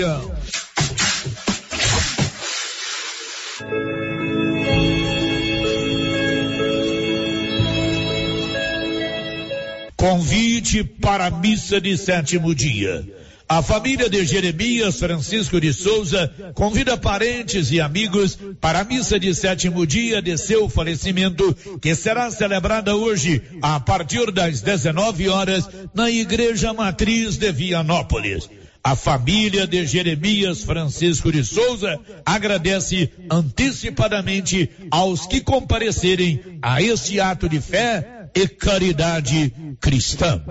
Convite para a missa de sétimo dia. A família de Jeremias Francisco de Souza convida parentes e amigos para a missa de sétimo dia de seu falecimento, que será celebrada hoje a partir das 19 horas na Igreja Matriz de Vianópolis. A família de Jeremias Francisco de Souza agradece antecipadamente aos que comparecerem a este ato de fé e caridade cristã.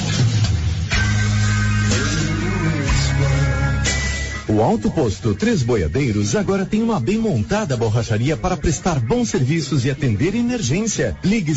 O Alto Posto Três Boiadeiros agora tem uma bem montada borracharia para prestar bons serviços e atender emergência. Ligue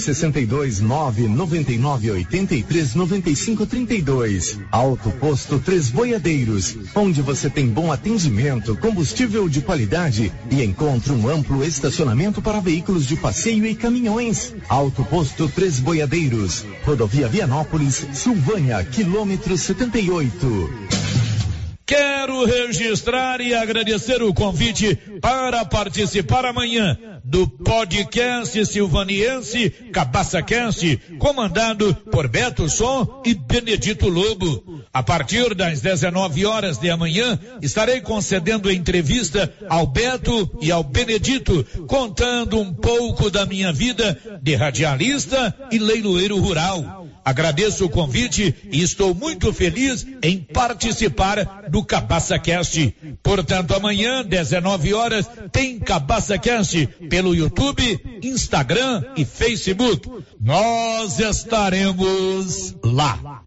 62-999-83-9532. Alto Posto Três Boiadeiros, onde você tem bom atendimento, combustível de qualidade e encontra um amplo estacionamento para veículos de passeio e caminhões. Alto Posto Três Boiadeiros, Rodovia Vianópolis, Silvânia, quilômetro 78. Quero registrar e agradecer o convite para participar amanhã do podcast silvaniense CabaçaCast, comandado por Beto Som e Benedito Lobo. A partir das 19 horas de amanhã, estarei concedendo entrevista ao Beto e ao Benedito, contando um pouco da minha vida de radialista e leiloeiro rural. Agradeço o convite e estou muito feliz em participar do CabaçaCast. Portanto, amanhã, 19 horas, tem CabaçaCast pelo YouTube, Instagram e Facebook. Nós estaremos lá.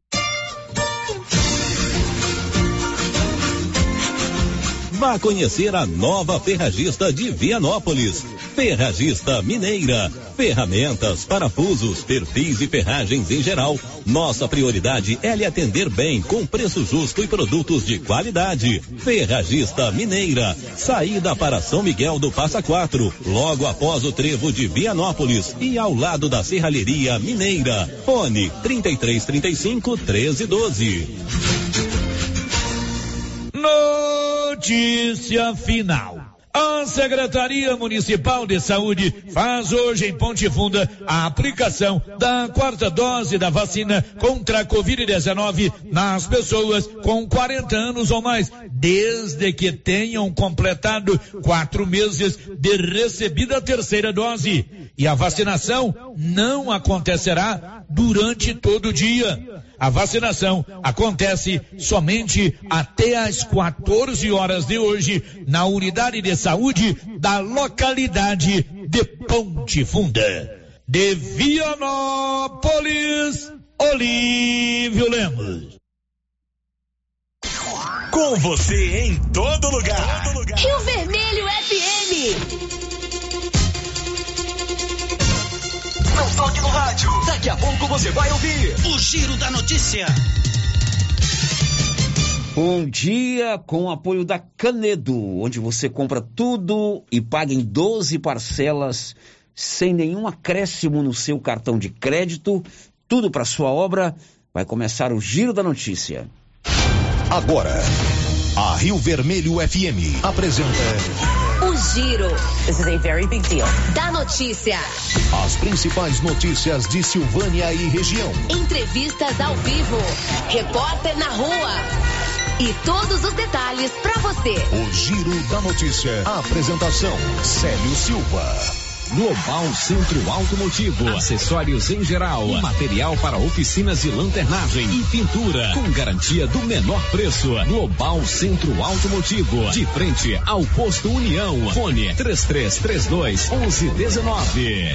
Vá conhecer a nova Ferragista de Vianópolis. Ferragista Mineira. Ferramentas, parafusos, perfis e ferragens em geral. Nossa prioridade é lhe atender bem, com preço justo e produtos de qualidade. Ferragista Mineira. Saída para São Miguel do Passa Quatro, logo após o trevo de Vianópolis e ao lado da Serralheria Mineira. Fone 3335-1312. Notícia final. A Secretaria Municipal de Saúde faz hoje em Ponte Funda a aplicação da 4ª dose da vacina contra a Covid-19 nas pessoas com 40 anos ou mais, desde que tenham completado 4 meses de recebida a 3ª dose. E a vacinação não acontecerá durante todo o dia. A vacinação acontece somente até às 14 horas de hoje na unidade de saúde da localidade de Ponte Funda. De Vianópolis, Olívio Lemos. Com você em todo lugar. Rio Vermelho FM. Não toque no rádio. Daqui a pouco você vai ouvir o Giro da Notícia. Bom dia, com o apoio da Canedo, onde você compra tudo e paga em 12 parcelas, sem nenhum acréscimo no seu cartão de crédito, tudo para sua obra. Vai começar o Giro da Notícia. Agora, a Rio Vermelho FM apresenta... O Giro. This is a very big deal. Da notícia. As principais notícias de Silvânia e região. Entrevistas ao vivo. Repórter na rua. E todos os detalhes para você. O Giro da Notícia. A apresentação: Célio Silva. Global Centro Automotivo, acessórios em geral, material para oficinas de lanternagem e pintura, com garantia do menor preço. Global Centro Automotivo, de frente ao Posto União. Fone 3332-1119.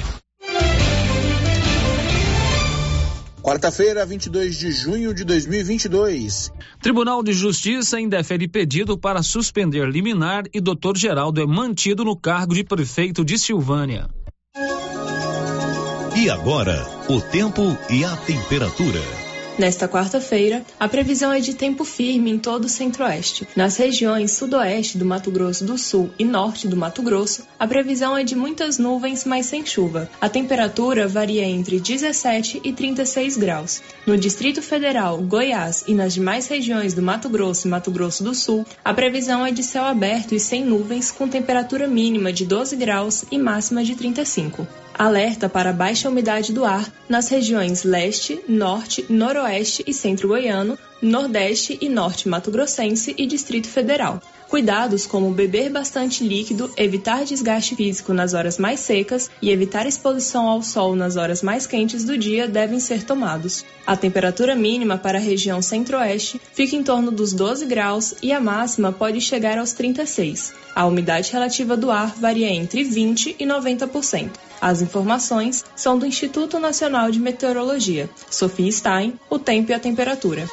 Quarta-feira, 22 de junho de 2022. Tribunal de Justiça indefere pedido para suspender liminar e Dr. Geraldo é mantido no cargo de prefeito de Silvânia. E agora, o tempo e a temperatura. Nesta quarta-feira, a previsão é de tempo firme em todo o centro-oeste. Nas regiões sudoeste do Mato Grosso do Sul e norte do Mato Grosso, a previsão é de muitas nuvens, mas sem chuva. A temperatura varia entre 17 e 36 graus. No Distrito Federal, Goiás e nas demais regiões do Mato Grosso e Mato Grosso do Sul, a previsão é de céu aberto e sem nuvens, com temperatura mínima de 12 graus e máxima de 35. Alerta para baixa umidade do ar nas regiões leste, norte, noroeste e centro-goiano, nordeste e norte mato-grossense e Distrito Federal. Cuidados como beber bastante líquido, evitar desgaste físico nas horas mais secas e evitar exposição ao sol nas horas mais quentes do dia devem ser tomados. A temperatura mínima para a região centro-oeste fica em torno dos 12 graus e a máxima pode chegar aos 36. A umidade relativa do ar varia entre 20% e 90%. As informações são do Instituto Nacional de Meteorologia. Sofia Stein, o tempo e a temperatura.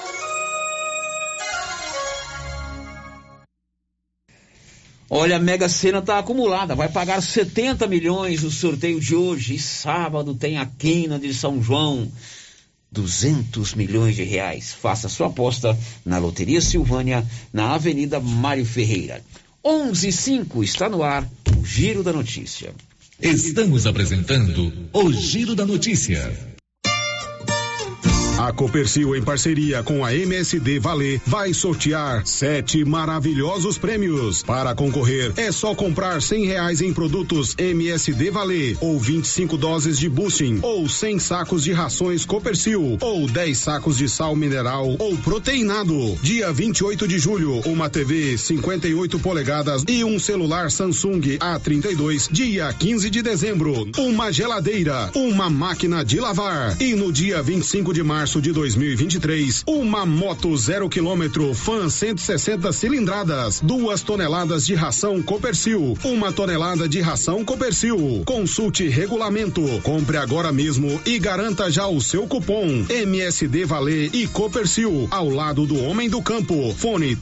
Olha, a Mega Sena está acumulada, vai pagar 70 milhões no sorteio de hoje. E sábado tem a quina de São João, 200 milhões de reais. Faça sua aposta na Loteria Silvânia, na Avenida Mário Ferreira. 11:05, está no ar o Giro da Notícia. Estamos apresentando o Giro da Notícia. A Copercil, em parceria com a MSD Valer, vai sortear 7 maravilhosos prêmios. Para concorrer, é só comprar R$100 em produtos MSD Valer, ou 25 doses de boosting, ou 100 sacos de rações Copercil, ou 10 sacos de sal mineral ou proteinado. Dia 28 de julho, uma TV 58 polegadas e um celular Samsung A32. Dia 15 de dezembro, uma geladeira, uma máquina de lavar. E no dia 25 de março de 2023, uma moto 0 km Fan 160 cilindradas, 2 toneladas de ração Copercil, 1 tonelada de ração Copercil. Consulte regulamento, compre agora mesmo e garanta já o seu cupom MSD Valer e Copercil, ao lado do homem do campo. Fone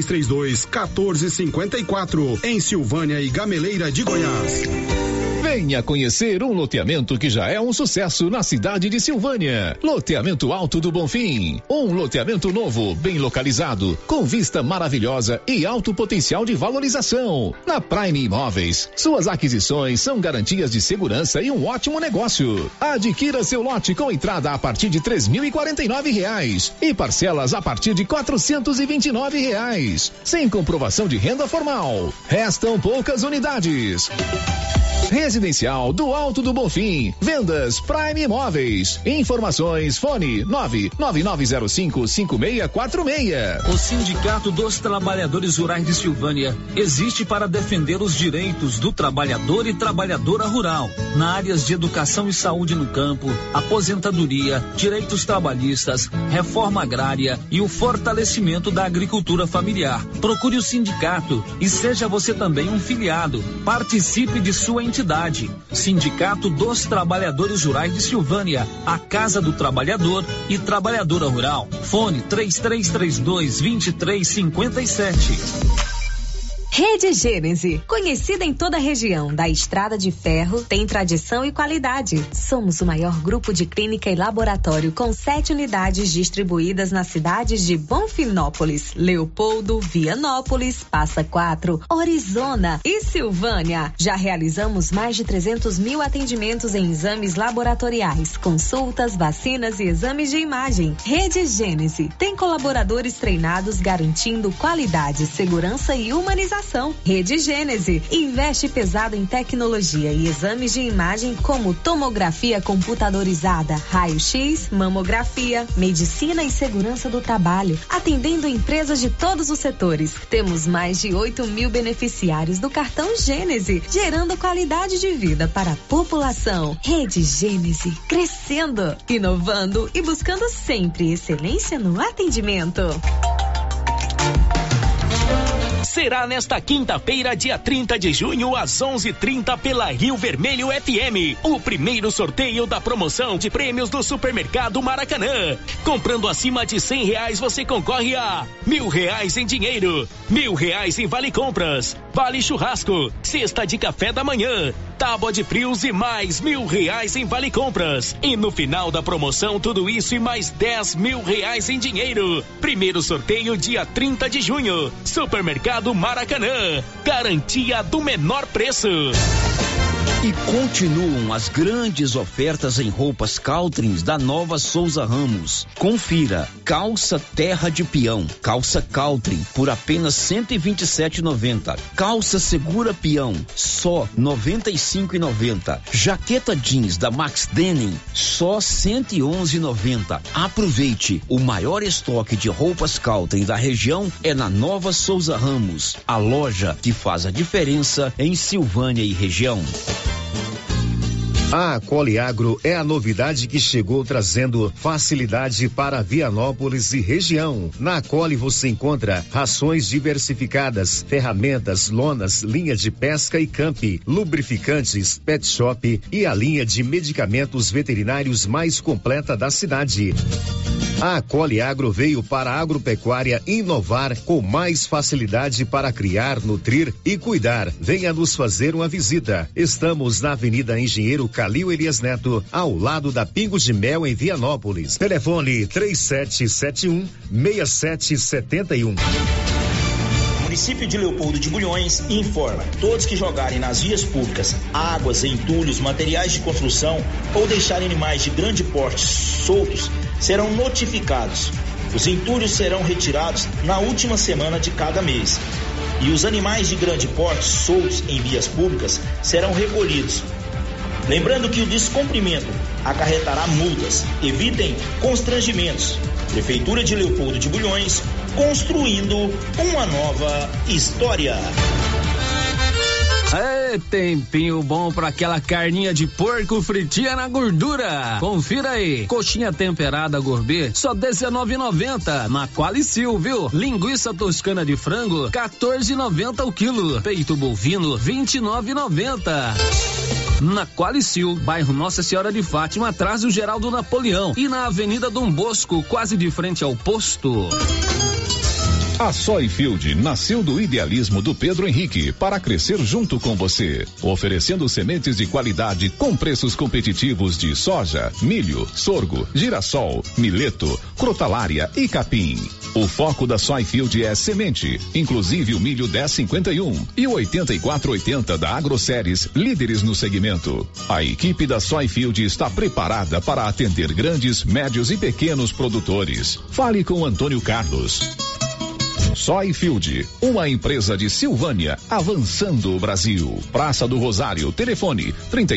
3332-1454, em Silvânia e Gameleira de Goiás. Venha conhecer um loteamento que já é um sucesso na cidade de Silvânia. Loteamento Alto do Bonfim. Um loteamento novo, bem localizado, com vista maravilhosa e alto potencial de valorização. Na Prime Imóveis, suas aquisições são garantias de segurança e um ótimo negócio. Adquira seu lote com entrada a partir de R$3.049 e parcelas a partir de R$429, sem comprovação de renda formal. Restam poucas unidades. Residencial do Alto do Bonfim. Vendas Prime Imóveis. Informações fone 999055646. O Sindicato dos Trabalhadores Rurais de Silvânia existe para defender os direitos do trabalhador e trabalhadora rural na áreas de educação e saúde no campo, aposentadoria, direitos trabalhistas, reforma agrária e o fortalecimento da agricultura familiar. Procure o sindicato e seja você também um filiado. Participe de sua entidade. Sindicato dos Trabalhadores Rurais de Silvânia, a Casa do Trabalhador e Trabalhadora Rural. Fone 3332-2357. Rede Gênese, conhecida em toda a região da Estrada de Ferro, tem tradição e qualidade. Somos o maior grupo de clínica e laboratório com 7 unidades distribuídas nas cidades de Bonfinópolis, Leopoldo, Vianópolis, Passa Quatro, Orizona e Silvânia. Já realizamos mais de 300 mil atendimentos em exames laboratoriais, consultas, vacinas e exames de imagem. Rede Gênese tem colaboradores treinados garantindo qualidade, segurança e humanização. Rede Gênese investe pesado em tecnologia e exames de imagem como tomografia computadorizada, raio-x, mamografia, medicina e segurança do trabalho, atendendo empresas de todos os setores. Temos mais de 8 mil beneficiários do cartão Gênese, gerando qualidade de vida para a população. Rede Gênese, crescendo, inovando e buscando sempre excelência no atendimento. Será nesta quinta-feira, dia 30 de junho, às 11h30, pela Rio Vermelho FM, o primeiro sorteio da promoção de prêmios do Supermercado Maracanã. Comprando acima de R$100, você concorre a R$1.000 em dinheiro, R$1.000 em vale compras, vale churrasco, cesta de café da manhã, tábua de frios e mais R$1.000 em vale compras. E no final da promoção, tudo isso e mais R$10.000 em dinheiro. Primeiro sorteio dia 30 de junho. Supermercado Maracanã. Garantia do menor preço. E continuam as grandes ofertas em roupas Caltrins da Nova Souza Ramos. Confira: calça terra de peão, calça Caltrin por apenas R$ 127,90. Calça segura peão, só R$ 95,90. Jaqueta jeans da Max Denim, só R$ 111,90. Aproveite, o maior estoque de roupas Caltrin da região é na Nova Souza Ramos, a loja que faz a diferença em Silvânia e região. A Qualiagro é a novidade que chegou trazendo facilidade para Vianópolis e região. Na Quali você encontra rações diversificadas, ferramentas, lonas, linha de pesca e camp, lubrificantes, pet shop e a linha de medicamentos veterinários mais completa da cidade. A Qualiagro veio para a agropecuária inovar com mais facilidade para criar, nutrir e cuidar. Venha nos fazer uma visita. Estamos na Avenida Engenheiro Calil Elias Neto, ao lado da Pingo de Mel, em Vianópolis. Telefone 3771-6771. O município de Leopoldo de Bulhões informa: todos que jogarem nas vias públicas águas, entulhos, materiais de construção ou deixarem animais de grande porte soltos serão notificados. Os entulhos serão retirados na última semana de cada mês e os animais de grande porte soltos em vias públicas serão recolhidos. Lembrando que o descumprimento acarretará multas. Evitem constrangimentos. Prefeitura de Leopoldo de Bulhões, construindo uma nova história. É tempinho bom pra aquela carninha de porco fritinha na gordura. Confira aí: coxinha temperada gourmet, só R$19,90 na Qualicil, viu? Linguiça toscana de frango, R$14,90 o quilo. Peito bovino, R$29,90. Na Qualicil, bairro Nossa Senhora de Fátima, atrás do Geraldo Napoleão, e na Avenida Dom Bosco, quase de frente ao posto. A Soyfield nasceu do idealismo do Pedro Henrique para crescer junto com você, oferecendo sementes de qualidade com preços competitivos de soja, milho, sorgo, girassol, mileto, crotalária e capim. O foco da Soyfield é semente, inclusive o milho 1051 e o 8480 da AgroSéries, líderes no segmento. A equipe da Soyfield está preparada para atender grandes, médios e pequenos produtores. Fale com Antônio Carlos. Soyfield, uma empresa de Silvânia, avançando o Brasil. Praça do Rosário, telefone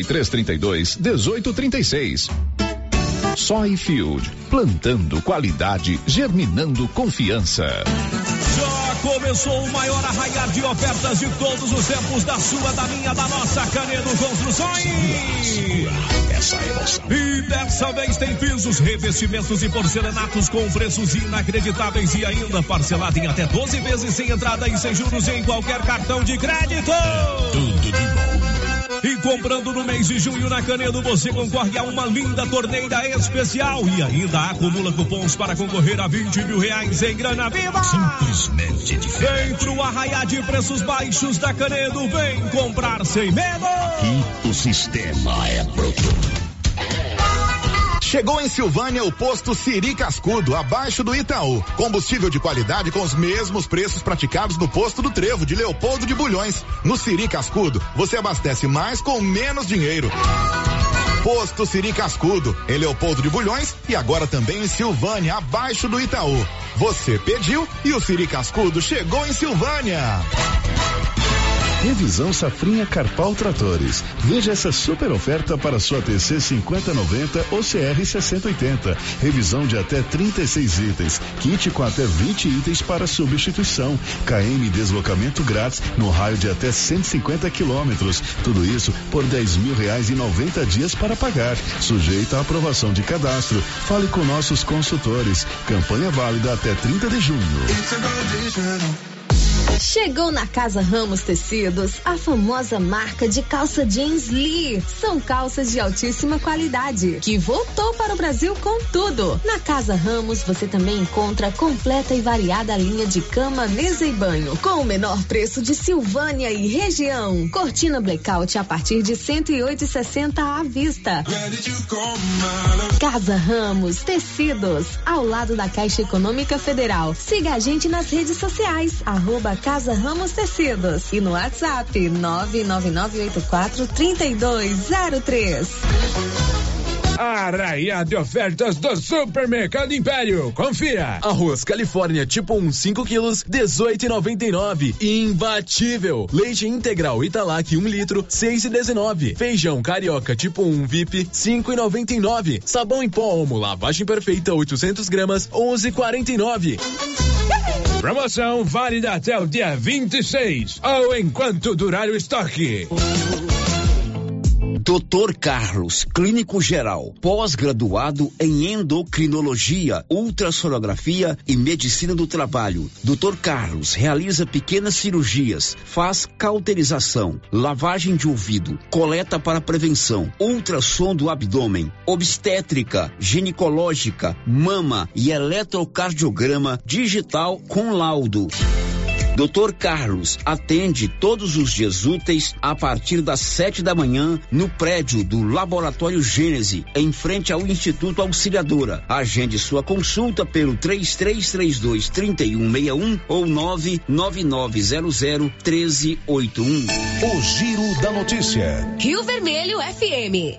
3332-1836. Soyfield, plantando qualidade, germinando confiança. Já começou o maior arraiar de ofertas de todos os tempos, da sua, da minha, da nossa Canedo Construções. Essa emoção. E dessa vez tem pisos, revestimentos e porcelanatos com preços inacreditáveis e ainda parcelado em até 12 vezes sem entrada e sem juros em qualquer cartão de crédito. Tudo de bom. E comprando no mês de junho na Canedo, você concorre a uma linda torneira especial e ainda acumula cupons para concorrer a R$20 mil em grana viva. Simplesmente diferente. Vem pro arraiar de preços baixos da Canedo, vem comprar sem medo. Aqui o sistema é bruto. Chegou em Silvânia o posto Siri Cascudo, abaixo do Itaú. Combustível de qualidade com os mesmos preços praticados no posto do Trevo, de Leopoldo de Bulhões. No Siri Cascudo, você abastece mais com menos dinheiro. Posto Siri Cascudo, em Leopoldo de Bulhões e agora também em Silvânia, abaixo do Itaú. Você pediu e o Siri Cascudo chegou em Silvânia. Revisão Safrinha Carpal Tratores. Veja essa super oferta para sua TC 5090 ou CR 6080. Revisão de até 36 itens. Kit com até 20 itens para substituição. KM deslocamento grátis no raio de até 150 quilômetros. Tudo isso por R$10 mil em 90 dias para pagar. Sujeito à aprovação de cadastro. Fale com nossos consultores. Campanha válida até 30 de junho. Chegou na Casa Ramos Tecidos a famosa marca de calça jeans Lee. São calças de altíssima qualidade que voltou para o Brasil com tudo. Na Casa Ramos você também encontra a completa e variada linha de cama, mesa e banho com o menor preço de Silvânia e região. Cortina blackout a partir de 108,60 à vista. Casa Ramos Tecidos, ao lado da Caixa Econômica Federal. Siga a gente nas redes sociais, @Casa Ramos Tecidos e no WhatsApp 999843203. Arraiá de ofertas do Supermercado Império. Confira. Arroz Califórnia tipo 1, 5 quilos, 18,99. Imbatível. Leite integral Italac 1 litro, 6,19. Feijão carioca tipo 1 VIP, 5,99. Sabão em pó Omo lavagem perfeita 800 gramas, 11,49. Promoção válida até o dia 26 ou enquanto durar o estoque. Dr. Carlos, clínico geral, pós-graduado em endocrinologia, ultrassonografia e medicina do trabalho. Dr. Carlos realiza pequenas cirurgias, faz cauterização, lavagem de ouvido, coleta para prevenção, ultrassom do abdômen, obstétrica, ginecológica, mama e eletrocardiograma digital com laudo. Dr. Carlos atende todos os dias úteis a partir das 7 da manhã no prédio do Laboratório Gênese, em frente ao Instituto Auxiliadora. Agende sua consulta pelo 3332-3161 ou 99900-1381. O Giro da Notícia. Rio Vermelho FM.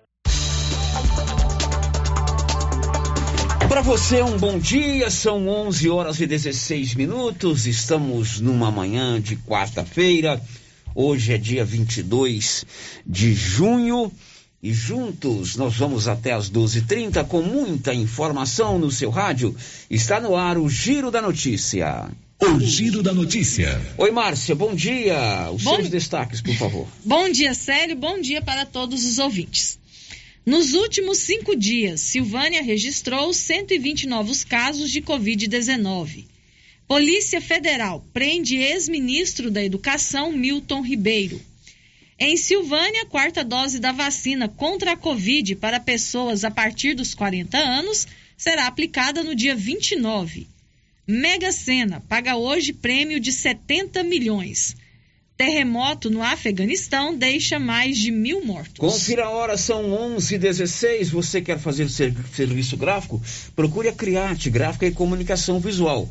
Para você um bom dia, são 11h16, estamos numa manhã de quarta-feira, hoje é dia 22 de junho e juntos nós vamos até as 12h30 com muita informação no seu rádio. Está no ar o Giro da Notícia. O Giro da Notícia. Oi, Márcia, bom dia. Os seus destaques, por favor. Bom dia, Célio, bom dia para todos os ouvintes. Nos últimos 5 dias, Silvânia registrou 120 novos casos de Covid-19. Polícia Federal prende ex-ministro da Educação, Milton Ribeiro. Em Silvânia, 4ª dose da vacina contra a Covid para pessoas a partir dos 40 anos será aplicada no dia 29. Mega Sena paga hoje prêmio de 70 milhões. Terremoto no Afeganistão deixa mais de 1.000 mortos. Confira a hora, são 11h16. Você quer fazer serviço gráfico? Procure a Criarte, Gráfica e Comunicação Visual.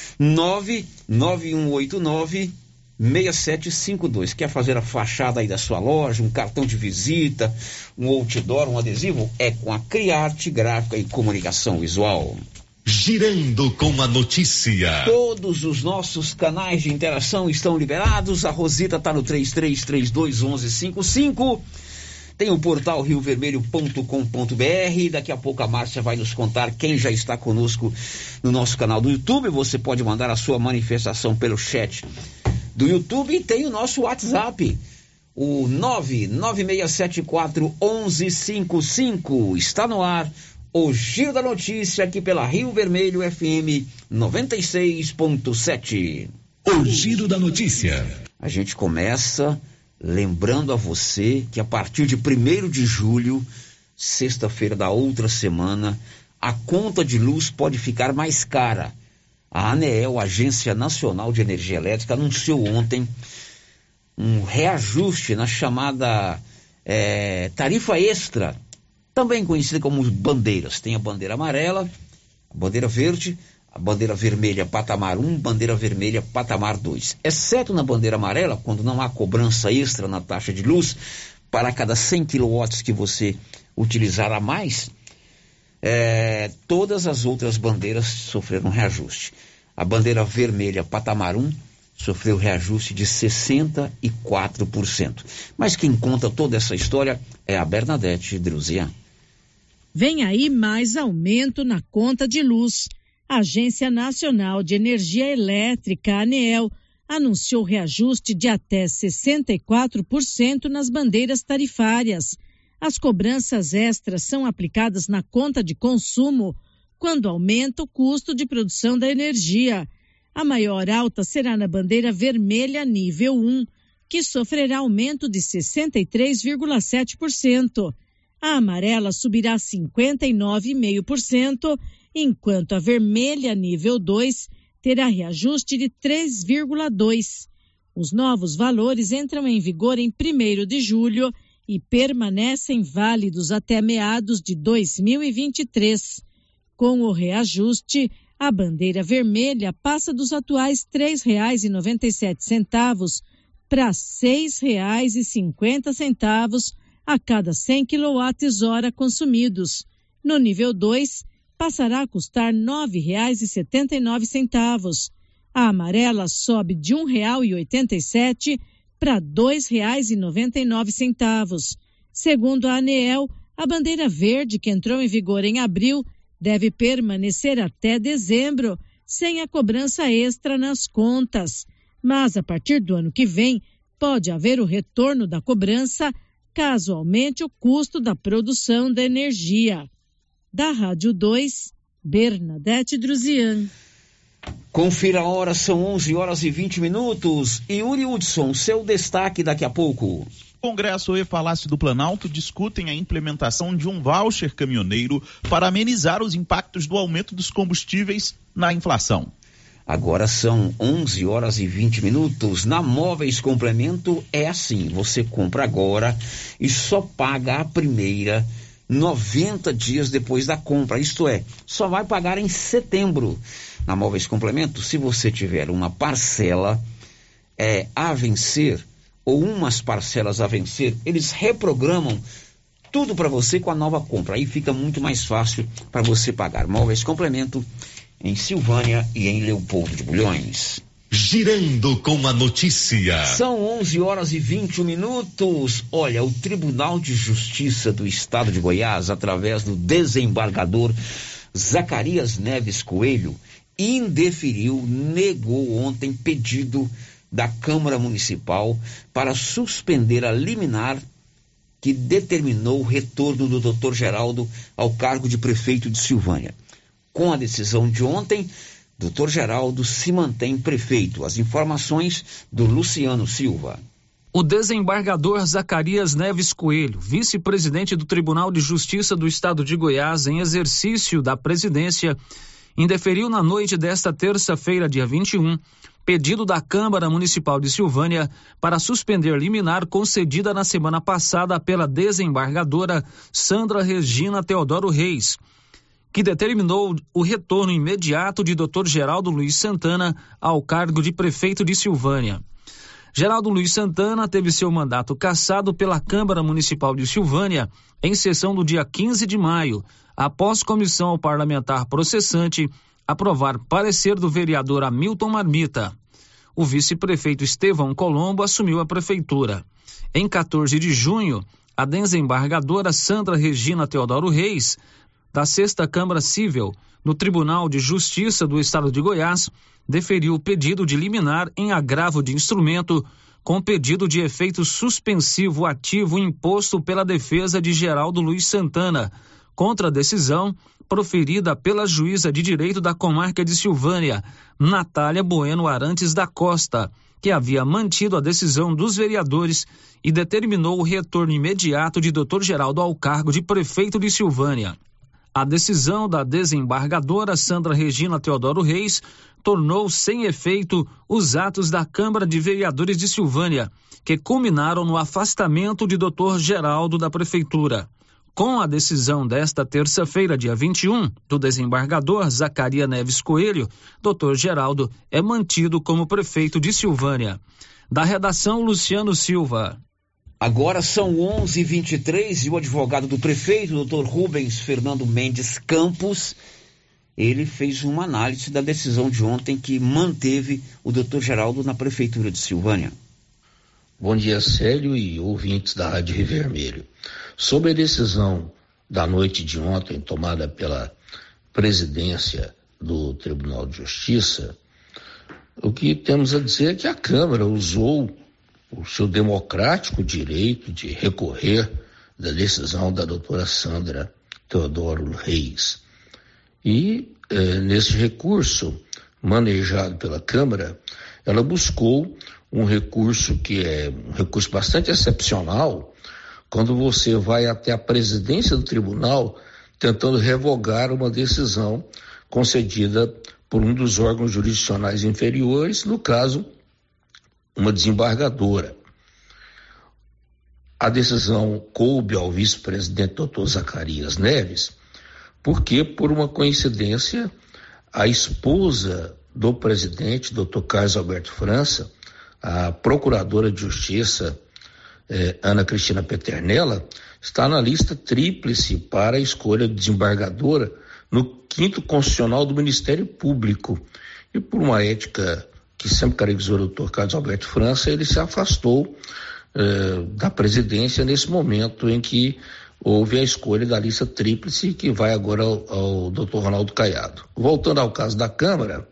99189-6752. Quer fazer a fachada aí da sua loja, um cartão de visita, um outdoor, um adesivo? É com a Criarte, Gráfica e Comunicação Visual. Girando com a notícia. Todos os nossos canais de interação estão liberados. A Rosita está no 33321155. Tem o portal riovermelho.com.br. Daqui a pouco a Márcia vai nos contar quem já está conosco no nosso canal do YouTube. Você pode mandar a sua manifestação pelo chat do YouTube. E tem o nosso WhatsApp, o 996741155. Está no ar o Giro da Notícia aqui pela Rio Vermelho FM 96.7. O Giro da Notícia. A gente começa lembrando a você que a partir de 1º de julho, sexta-feira da outra semana, a conta de luz pode ficar mais cara. A ANEEL, Agência Nacional de Energia Elétrica, anunciou ontem um reajuste na chamada tarifa extra, também conhecida como bandeiras. Tem a bandeira amarela, a bandeira verde, a bandeira vermelha patamar 1, bandeira vermelha patamar 2. Exceto na bandeira amarela, quando não há cobrança extra na taxa de luz, para cada 100 kW que você utilizar a mais, todas as outras bandeiras sofreram reajuste. A bandeira vermelha patamar 1 sofreu reajuste de 64%. Mas quem conta toda essa história é a Bernadette Druzian. Vem aí mais aumento na conta de luz. A Agência Nacional de Energia Elétrica, ANEEL, anunciou reajuste de até 64% nas bandeiras tarifárias. As cobranças extras são aplicadas na conta de consumo quando aumenta o custo de produção da energia. A maior alta será na bandeira vermelha nível 1, que sofrerá aumento de 63,7%. A amarela subirá 59,5%, enquanto a vermelha nível 2 terá reajuste de 3,2%. Os novos valores entram em vigor em 1º de julho e permanecem válidos até meados de 2023. Com o reajuste, a bandeira vermelha passa dos atuais R$ 3,97 para R$ 6,50 a cada 100 kWh consumidos. No nível 2, passará a custar R$ 9,79. A amarela sobe de R$ 1,87 para R$ 2,99. Segundo a ANEEL, a bandeira verde, que entrou em vigor em abril, deve permanecer até dezembro, sem a cobrança extra nas contas. Mas, a partir do ano que vem, pode haver o retorno da cobrança, caso aumente o custo da produção da energia. Da Rádio 2, Bernadette Druzian. Confira a hora, são 11h20. Yuri Hudson, seu destaque daqui a pouco. Congresso e Palácio do Planalto discutem a implementação de um voucher caminhoneiro para amenizar os impactos do aumento dos combustíveis na inflação. Agora são 11h20. Na Móveis Complemento é assim, você compra agora e só paga a primeira 90 dias depois da compra, isto é, só vai pagar em setembro. Na Móveis Complemento, se você tiver uma parcela a vencer ou umas parcelas a vencer, eles reprogramam tudo para você com a nova compra. Aí fica muito mais fácil para você pagar. Móveis Complemento em Silvânia e em Leopoldo de Bulhões. Girando com a notícia. São 11h21. Olha, o Tribunal de Justiça do Estado de Goiás, através do desembargador Zacarias Neves Coelho, negou ontem pedido da Câmara Municipal para suspender a liminar que determinou o retorno do Dr. Geraldo ao cargo de prefeito de Silvânia. Com a decisão de ontem, Dr. Geraldo se mantém prefeito. As informações do Luciano Silva. O desembargador Zacarias Neves Coelho, vice-presidente do Tribunal de Justiça do Estado de Goiás, em exercício da presidência, indeferiu na noite desta terça-feira, dia 21, pedido da Câmara Municipal de Silvânia para suspender liminar concedida na semana passada pela desembargadora Sandra Regina Teodoro Reis, que determinou o retorno imediato de Dr. Geraldo Luiz Santana ao cargo de prefeito de Silvânia. Geraldo Luiz Santana teve seu mandato cassado pela Câmara Municipal de Silvânia em sessão do dia 15 de maio, após comissão parlamentar processante aprovar parecer do vereador Hamilton Marmita. O vice-prefeito Estevão Colombo assumiu a prefeitura. Em 14 de junho, a desembargadora Sandra Regina Teodoro Reis, da 6ª Câmara Civil, no Tribunal de Justiça do Estado de Goiás, deferiu o pedido de liminar em agravo de instrumento com pedido de efeito suspensivo ativo imposto pela defesa de Geraldo Luiz Santana, contra a decisão proferida pela juíza de direito da comarca de Silvânia, Natália Bueno Arantes da Costa, que havia mantido a decisão dos vereadores e determinou o retorno imediato de Dr. Geraldo ao cargo de prefeito de Silvânia. A decisão da desembargadora Sandra Regina Teodoro Reis tornou sem efeito os atos da Câmara de Vereadores de Silvânia, que culminaram no afastamento de Dr. Geraldo da prefeitura. Com a decisão desta terça-feira, dia 21, do desembargador Zacarias Neves Coelho, Dr. Geraldo é mantido como prefeito de Silvânia. Da redação, Luciano Silva. Agora são 11h23 e o advogado do prefeito, Dr. Rubens Fernando Mendes Campos, ele fez uma análise da decisão de ontem que manteve o Dr. Geraldo na prefeitura de Silvânia. Bom dia, Célio e ouvintes da Rádio Rio Vermelho. Sobre a decisão da noite de ontem tomada pela presidência do Tribunal de Justiça, o que temos a dizer é que a Câmara usou o seu democrático direito de recorrer da decisão da doutora Sandra Teodoro Reis. E nesse recurso manejado pela Câmara, ela buscou um recurso que é um recurso bastante excepcional, quando você vai até a presidência do tribunal tentando revogar uma decisão concedida por um dos órgãos jurisdicionais inferiores, no caso, uma desembargadora. A decisão coube ao vice-presidente Dr. Zacarias Neves, porque, por uma coincidência, a esposa do presidente, Dr. Carlos Alberto França, a procuradora de justiça, Ana Cristina Peternella, está na lista tríplice para a escolha de desembargadora no 5º Constitucional do Ministério Público. E por uma ética que sempre caracterizou o Dr. Carlos Alberto França, ele se afastou da presidência nesse momento em que houve a escolha da lista tríplice, que vai agora ao Dr. Ronaldo Caiado. Voltando ao caso da Câmara,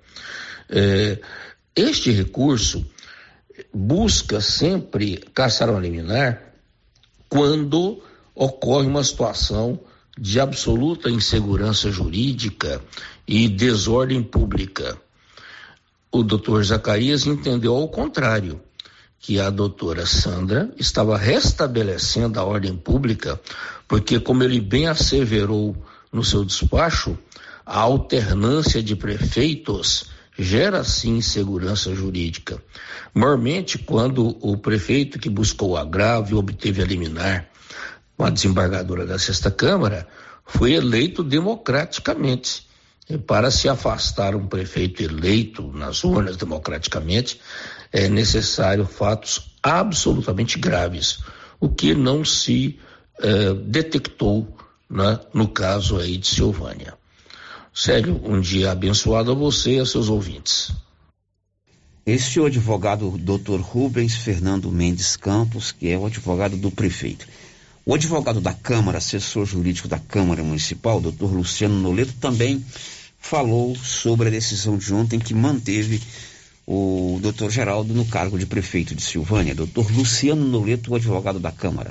este recurso busca sempre caçar uma liminar quando ocorre uma situação de absoluta insegurança jurídica e desordem pública. O doutor Zacarias entendeu ao contrário, que a doutora Sandra estava restabelecendo a ordem pública, porque, como ele bem asseverou no seu despacho, a alternância de prefeitos gera sim insegurança jurídica. Maiormente quando o prefeito que buscou o agravo e obteve a liminar com a desembargadora da 6ª Câmara foi eleito democraticamente. E para se afastar um prefeito eleito nas urnas democraticamente, é necessário fatos absolutamente graves, o que não se detectou, né, no caso aí de Silvânia. Célio, um dia abençoado a você e a seus ouvintes. Este é o advogado Dr. Rubens Fernando Mendes Campos, que é o advogado do prefeito. O advogado da Câmara, assessor jurídico da Câmara Municipal, Dr. Luciano Noleto, também falou sobre a decisão de ontem que manteve o Dr. Geraldo no cargo de prefeito de Silvânia. Dr. Luciano Noleto, o advogado da Câmara.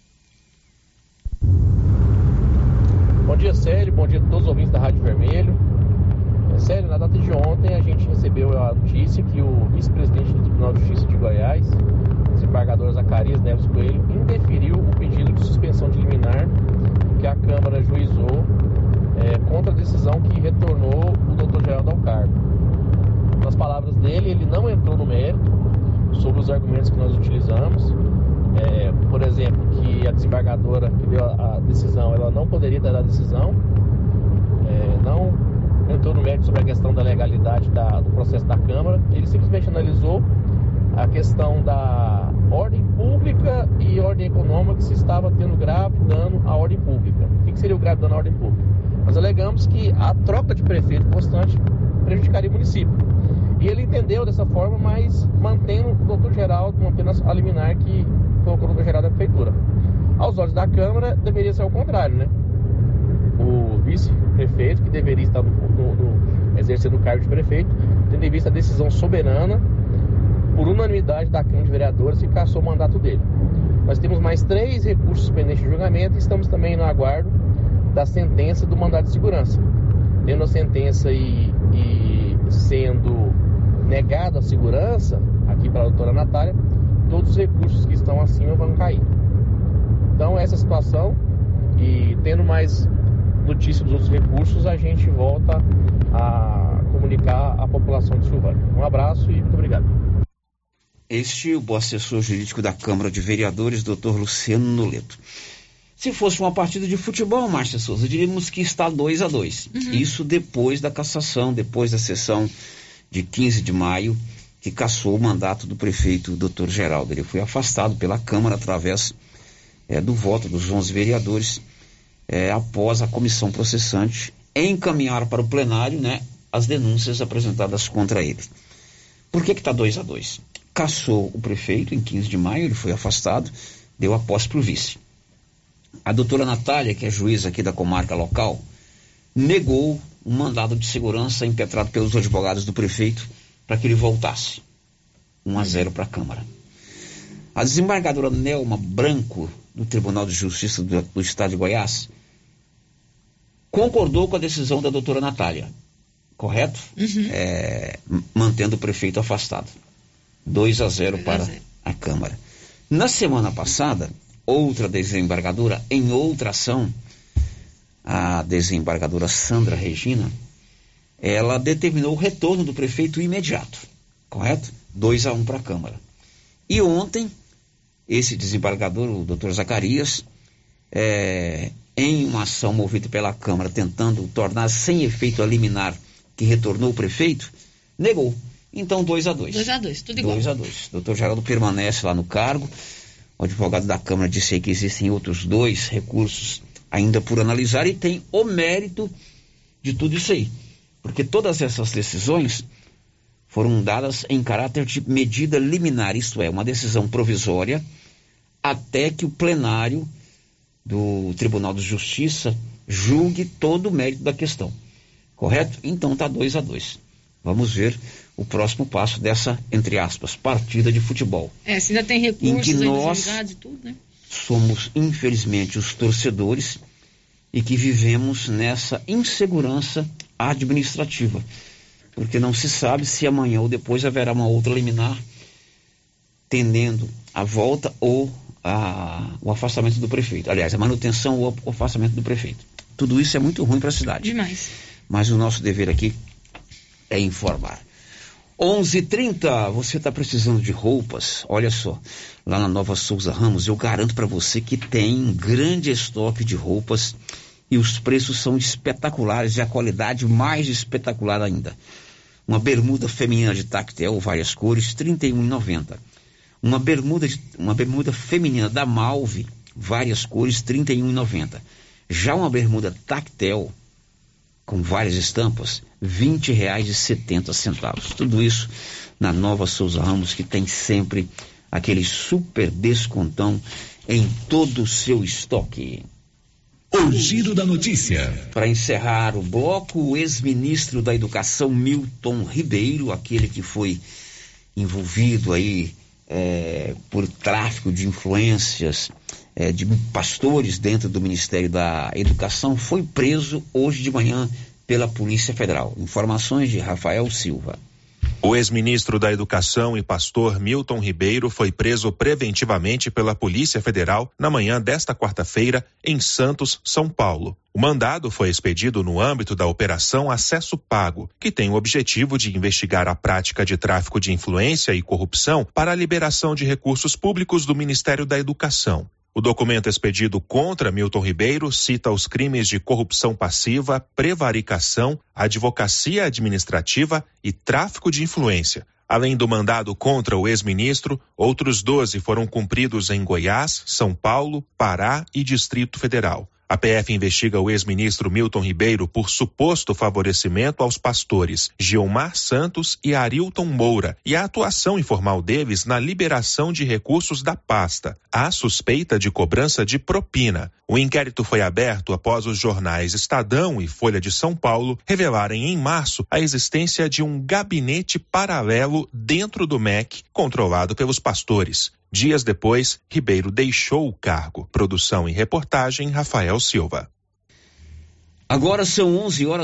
Bom dia, Célio. Bom dia a todos os ouvintes da Rádio Vermelho. Célio, na data de ontem a gente recebeu a notícia que o vice-presidente do Tribunal de Justiça de Goiás, o desembargador Zacarias Neves Coelho, indeferiu o pedido de suspensão de liminar que a Câmara juizou contra a decisão que retornou o Dr. Geraldo ao cargo. Nas palavras dele, ele não entrou no mérito sobre os argumentos que nós utilizamos. Por exemplo, que a desembargadora que deu a decisão, ela não poderia dar a decisão, não entrou no mérito sobre a questão da legalidade do processo da Câmara. Ele simplesmente analisou a questão da ordem pública e ordem econômica, que se estava tendo grave dano à ordem pública. O que seria o grave dano à ordem pública? Nós alegamos que a troca de prefeito constante prejudicaria o município. E ele entendeu dessa forma, mas mantendo o doutor Geraldo com apenas a liminar que colocou o doutor Geraldo na prefeitura. Aos olhos da Câmara, deveria ser o contrário, né? O vice-prefeito, que deveria estar exercendo o cargo de prefeito, tendo em vista a decisão soberana, por unanimidade da Câmara de Vereadores, que cassou o mandato dele. Nós temos mais 3 recursos pendentes de julgamento e estamos também no aguardo da sentença do mandado de segurança. Tendo a sentença e sendo negada a segurança, aqui para a doutora Natália, todos os recursos que estão acima vão cair. Então, essa situação, e tendo mais notícia dos outros recursos, a gente volta a comunicar à população de Silvânia. Um abraço e muito obrigado. Este é o assessor jurídico da Câmara de Vereadores, Dr. Luciano Noleto. Se fosse uma partida de futebol, Márcia Souza, diríamos que está 2-2. Isso depois da cassação, depois da sessão de 15 de maio, que cassou o mandato do prefeito Dr. Geraldo. Ele foi afastado pela Câmara através do voto dos 11 vereadores, após a comissão processante encaminhar para o plenário, né, as denúncias apresentadas contra ele. Por que está 2-2? Cassou o prefeito em 15 de maio, ele foi afastado, deu a posse para o vice. A doutora Natália, que é juíza aqui da comarca local, negou um mandado de segurança impetrado pelos advogados do prefeito para que ele voltasse. 1-0 para a Câmara. A desembargadora Nelma Branco, do Tribunal de Justiça do Estado de Goiás, concordou com a decisão da doutora Natália. correto? Mantendo o prefeito afastado. 2-0 para a Câmara. Na semana passada, outra desembargadora, em outra ação, a desembargadora Sandra Regina, ela determinou o retorno do prefeito imediato, correto? 2-1 para a Câmara. E ontem, esse desembargador, o doutor Zacarias, em uma ação movida pela Câmara, tentando tornar sem efeito a liminar que retornou o prefeito, negou. Então, 2-2. 2-2, tudo igual. 2-2. Doutor Geraldo permanece lá no cargo. O advogado da Câmara disse aí que existem outros 2 recursos ainda por analisar e tem o mérito de tudo isso aí. Porque todas essas decisões foram dadas em caráter de medida liminar, isto é, uma decisão provisória, até que o plenário do Tribunal de Justiça julgue todo o mérito da questão. Correto? Então tá 2-2. Vamos ver o próximo passo dessa, entre aspas, partida de futebol. Se ainda tem recursos em que nós e tudo, né? Somos, infelizmente, os torcedores e que vivemos nessa insegurança administrativa. Porque não se sabe se amanhã ou depois haverá uma outra liminar tendendo a volta ou o afastamento do prefeito. Aliás, a manutenção ou o afastamento do prefeito. Tudo isso é muito ruim para a cidade. Demais. Mas o nosso dever aqui é informar. 11h30, você está precisando de roupas? Olha só, lá na Nova Souza Ramos, eu garanto para você que tem um grande estoque de roupas e os preços são espetaculares e a qualidade mais espetacular ainda. Uma bermuda feminina de tactel, várias cores, R$ 31,90. Uma bermuda feminina da Malve, várias cores, R$ 31,90. Já uma bermuda tactel, com várias estampas, R$ 20,70. Tudo isso na Nova Souza Ramos, que tem sempre aquele super descontão em todo o seu estoque. O Giro da Notícia. Para encerrar o bloco, o ex-ministro da Educação, Milton Ribeiro, aquele que foi envolvido aí por tráfico de influências de pastores dentro do Ministério da Educação, foi preso hoje de manhã pela Polícia Federal. Informações de Rafael Silva. O ex-ministro da Educação e pastor Milton Ribeiro foi preso preventivamente pela Polícia Federal na manhã desta quarta-feira em Santos, São Paulo. O mandado foi expedido no âmbito da Operação Acesso Pago, que tem o objetivo de investigar a prática de tráfico de influência e corrupção para a liberação de recursos públicos do Ministério da Educação. O documento expedido contra Milton Ribeiro cita os crimes de corrupção passiva, prevaricação, advocacia administrativa e tráfico de influência. Além do mandado contra o ex-ministro, outros 12 foram cumpridos em Goiás, São Paulo, Pará e Distrito Federal. A PF investiga o ex-ministro Milton Ribeiro por suposto favorecimento aos pastores Gilmar Santos e Arilton Moura e a atuação informal deles na liberação de recursos da pasta. Há suspeita de cobrança de propina. O inquérito foi aberto após os jornais Estadão e Folha de São Paulo revelarem em março a existência de um gabinete paralelo dentro do MEC, controlado pelos pastores. Dias depois, Ribeiro deixou o cargo. Produção e reportagem, Rafael Silva. Agora são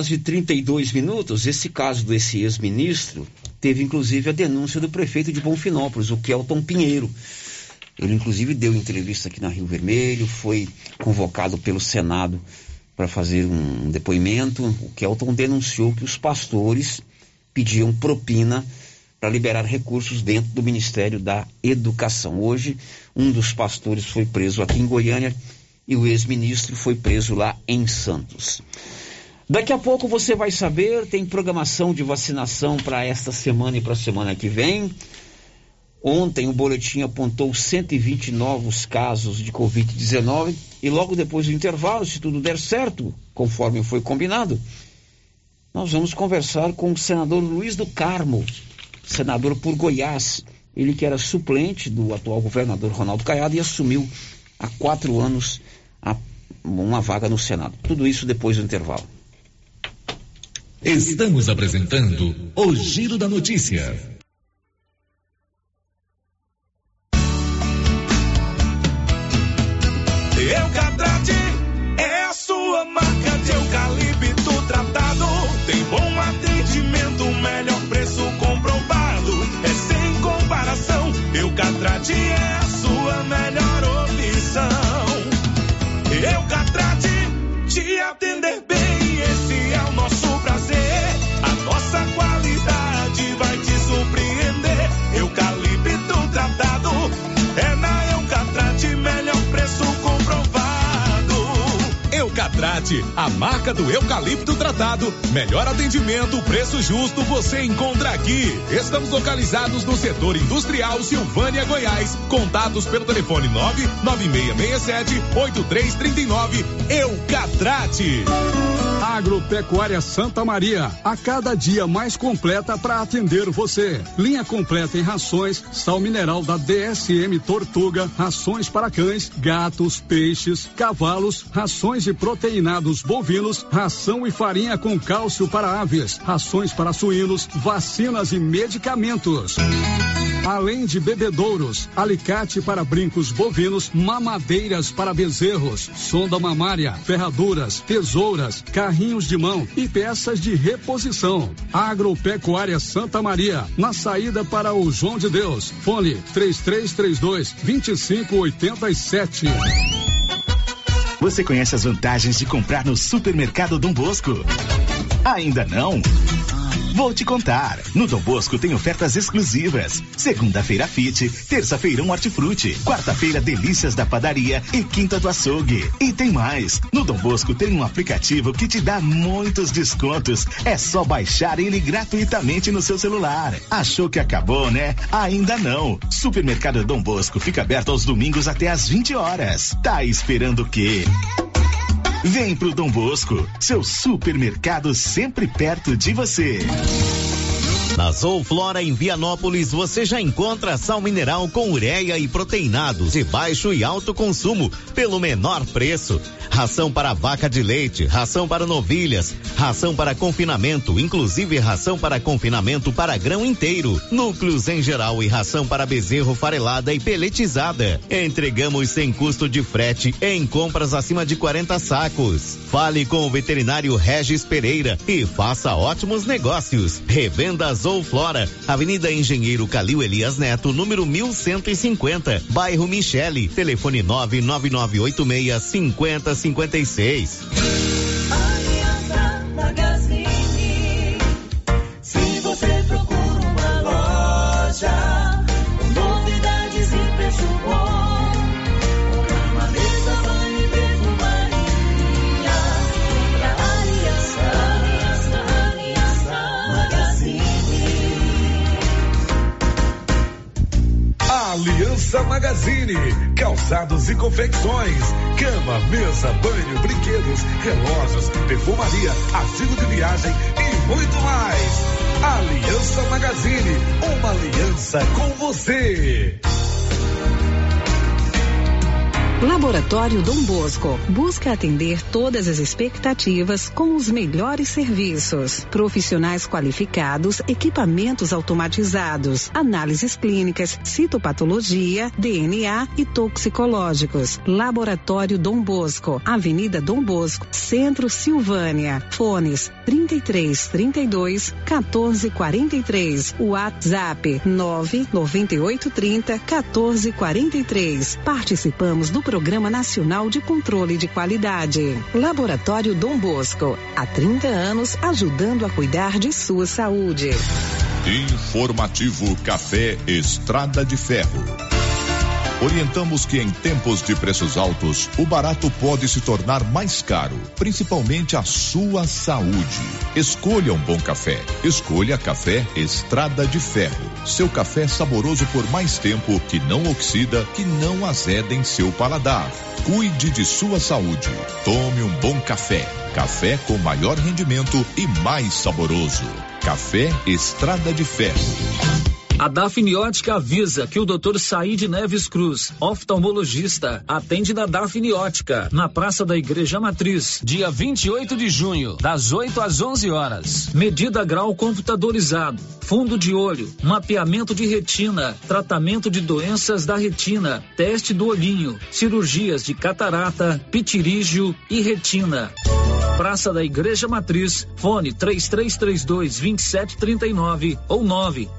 11h32. Esse caso desse ex-ministro teve inclusive a denúncia do prefeito de Bonfinópolis, o Kelton Pinheiro. Ele inclusive deu entrevista aqui na Rio Vermelho, foi convocado pelo Senado para fazer um depoimento. O Kelton denunciou que os pastores pediam propina para liberar recursos dentro do Ministério da Educação. Hoje, um dos pastores foi preso aqui em Goiânia e o ex-ministro foi preso lá em Santos. Daqui a pouco você vai saber, tem programação de vacinação para esta semana e para a semana que vem. Ontem o boletim apontou 120 novos casos de Covid-19 e logo depois do intervalo, se tudo der certo, conforme foi combinado, nós vamos conversar com o senador Luiz do Carmo, senador por Goiás, ele que era suplente do atual governador Ronaldo Caiado e assumiu há 4 anos uma vaga no Senado. Tudo isso depois do intervalo. Estamos apresentando o Giro da Notícia. Eucatrate é a sua marca de eucalipto tratado. Tem bom atendimento Catrate, a marca do eucalipto tratado. Melhor atendimento, preço justo, você encontra aqui. Estamos localizados no setor industrial Silvânia, Goiás. Contatos pelo telefone 99667-8339. Eucatrate. Agropecuária Santa Maria, a cada dia mais completa para atender você. Linha completa em rações, sal mineral da DSM Tortuga, rações para cães, gatos, peixes, cavalos, rações de proteinados bovinos, ração e farinha com cálcio para aves, rações para suínos, vacinas e medicamentos. Além de bebedouros, alicate para brincos bovinos, mamadeiras para bezerros, sonda mamária, ferraduras, tesouras, carrinhos de mão e peças de reposição. Agropecuária Santa Maria, na saída para o João de Deus. Fone 3332-2587. Você conhece as vantagens de comprar no Supermercado Dom Bosco? Ainda não? Vou te contar. No Dom Bosco tem ofertas exclusivas. Segunda-feira Fit, terça-feirão Hortifruti, quarta-feira Delícias da Padaria e quinta do Açougue. E tem mais. No Dom Bosco tem um aplicativo que te dá muitos descontos. É só baixar ele gratuitamente no seu celular. Achou que acabou, né? Ainda não. Supermercado Dom Bosco fica aberto aos domingos até às 20 horas. Tá esperando o quê? Vem pro Dom Bosco, seu supermercado sempre perto de você. Na Zooflora em Vianópolis você já encontra sal mineral com ureia e proteinados de baixo e alto consumo pelo menor preço. Ração para vaca de leite, ração para novilhas, ração para confinamento, inclusive ração para confinamento para grão inteiro, núcleos em geral e ração para bezerro farelada e peletizada. Entregamos sem custo de frete em compras acima de 40 sacos. Fale com o veterinário Regis Pereira e faça ótimos negócios. Revenda Zooflora, Avenida Engenheiro Calil Elias Neto, número 1150, bairro Michele, telefone 99986-5056. Aliança Magazine. Se você procura uma loja com novidades e preço bom, uma mesa, banho e perfumaria, pra Aliança Magazine. Aliança Magazine, calçados e confecções, cama, mesa, banho, brinquedos, relógios, perfumaria, artigo de viagem e muito mais. Aliança Magazine, uma aliança com você. Laboratório Dom Bosco busca atender todas as expectativas com os melhores serviços. Profissionais qualificados, equipamentos automatizados, análises clínicas, citopatologia, DNA e toxicológicos. Laboratório Dom Bosco, Avenida Dom Bosco, Centro Silvânia. Fones 3332 1443. WhatsApp 99830 1443. Participamos do Programa Nacional de Controle de Qualidade. Laboratório Dom Bosco, há 30 anos ajudando a cuidar de sua saúde. Informativo Café Estrada de Ferro. Orientamos que em tempos de preços altos, o barato pode se tornar mais caro, principalmente a sua saúde. Escolha um bom café. Escolha Café Estrada de Ferro. Seu café saboroso por mais tempo, que não oxida, que não azeda em seu paladar. Cuide de sua saúde. Tome um bom café. Café com maior rendimento e mais saboroso. Café Estrada de Ferro. A Dafniótica avisa que o Dr. Saíde Neves Cruz, oftalmologista, atende na Dafniótica, na Praça da Igreja Matriz, dia 28 de junho, das 8 às 11 horas. Medida grau computadorizado, fundo de olho, mapeamento de retina, tratamento de doenças da retina, teste do olhinho, cirurgias de catarata, pitirígio e retina. Praça da Igreja Matriz, fone 3332-2739 ou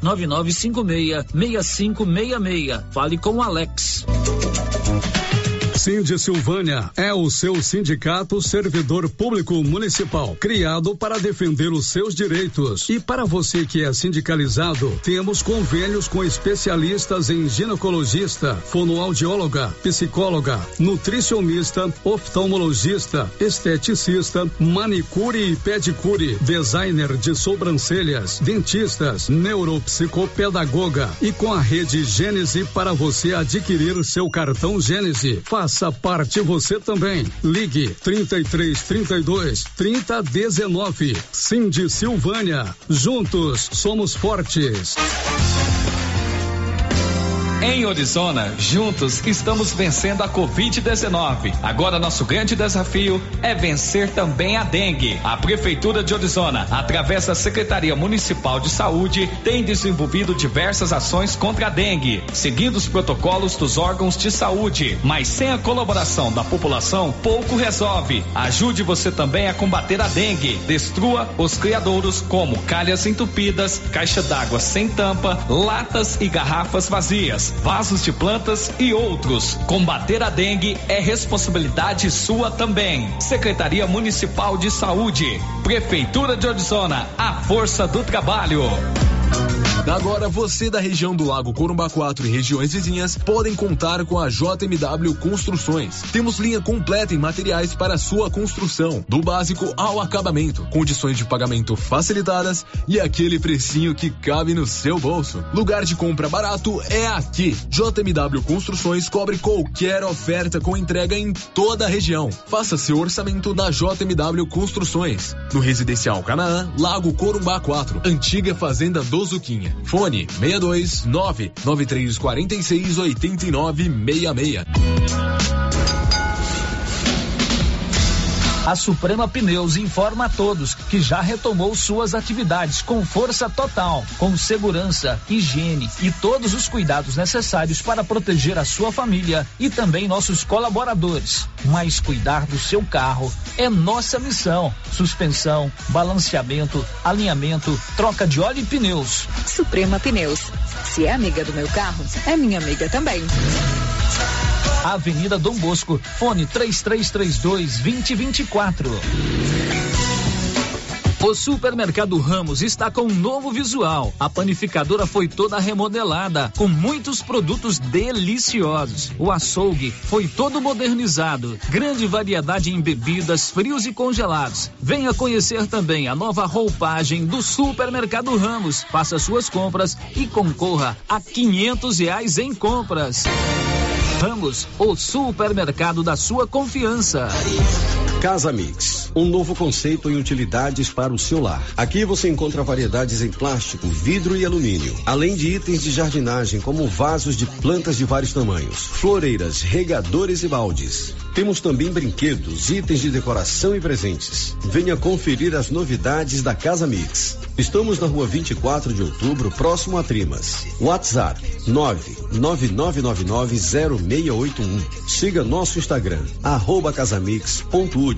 99956-6566. Fale com o Alex. Sindi Silvânia é o seu sindicato servidor público municipal, criado para defender os seus direitos. E para você que é sindicalizado, temos convênios com especialistas em ginecologista, fonoaudióloga, psicóloga, nutricionista, oftalmologista, esteticista, manicure e pedicure, designer de sobrancelhas, dentistas, neuropsicopedagoga e com a rede Gênese para você adquirir seu cartão Gênese. Faça parte você também. Ligue 3332 3019. Sindi Silvânia. Juntos somos fortes. Em Orizona, juntos estamos vencendo a Covid-19. Agora nosso grande desafio é vencer também a dengue. A Prefeitura de Orizona, através da Secretaria Municipal de Saúde, tem desenvolvido diversas ações contra a dengue, seguindo os protocolos dos órgãos de saúde. Mas sem a colaboração da população, pouco resolve. Ajude você também a combater a dengue. Destrua os criadouros como calhas entupidas, caixa d'água sem tampa, latas e garrafas vazias, vasos de plantas e outros. Combater a dengue é responsabilidade sua também. Secretaria Municipal de Saúde, Prefeitura de Orizona, a força do trabalho. Agora você da região do Lago Corumbá 4 e regiões vizinhas podem contar com a JMW Construções. Temos linha completa em materiais para sua construção, do básico ao acabamento, condições de pagamento facilitadas e aquele precinho que cabe no seu bolso. Lugar de compra barato é aqui. JMW Construções cobre qualquer oferta com entrega em toda a região. Faça seu orçamento na JMW Construções, no Residencial Canaã, Lago Corumbá 4, antiga Fazenda do Zuquinha. Fone 62993468966. A Suprema Pneus informa a todos que já retomou suas atividades com força total, com segurança, higiene e todos os cuidados necessários para proteger a sua família e também nossos colaboradores. Mas cuidar do seu carro é nossa missão. Suspensão, balanceamento, alinhamento, troca de óleo e pneus. Suprema Pneus. Se é amiga do meu carro, é minha amiga também. Avenida Dom Bosco, fone 3332-2024. O Supermercado Ramos está com um novo visual. A panificadora foi toda remodelada, com muitos produtos deliciosos. O açougue foi todo modernizado. Grande variedade em bebidas, frios e congelados. Venha conhecer também a nova roupagem do Supermercado Ramos. Faça suas compras e concorra a R$500 em compras. Ramos, o supermercado da sua confiança. Casa Mix, um novo conceito em utilidades para o seu lar. Aqui você encontra variedades em plástico, vidro e alumínio, além de itens de jardinagem como vasos de plantas de vários tamanhos, floreiras, regadores e baldes. Temos também brinquedos, itens de decoração e presentes. Venha conferir as novidades da Casa Mix. Estamos na rua 24 de outubro, próximo a Trimas. WhatsApp 999990681. Siga nosso Instagram, @casamix.útil.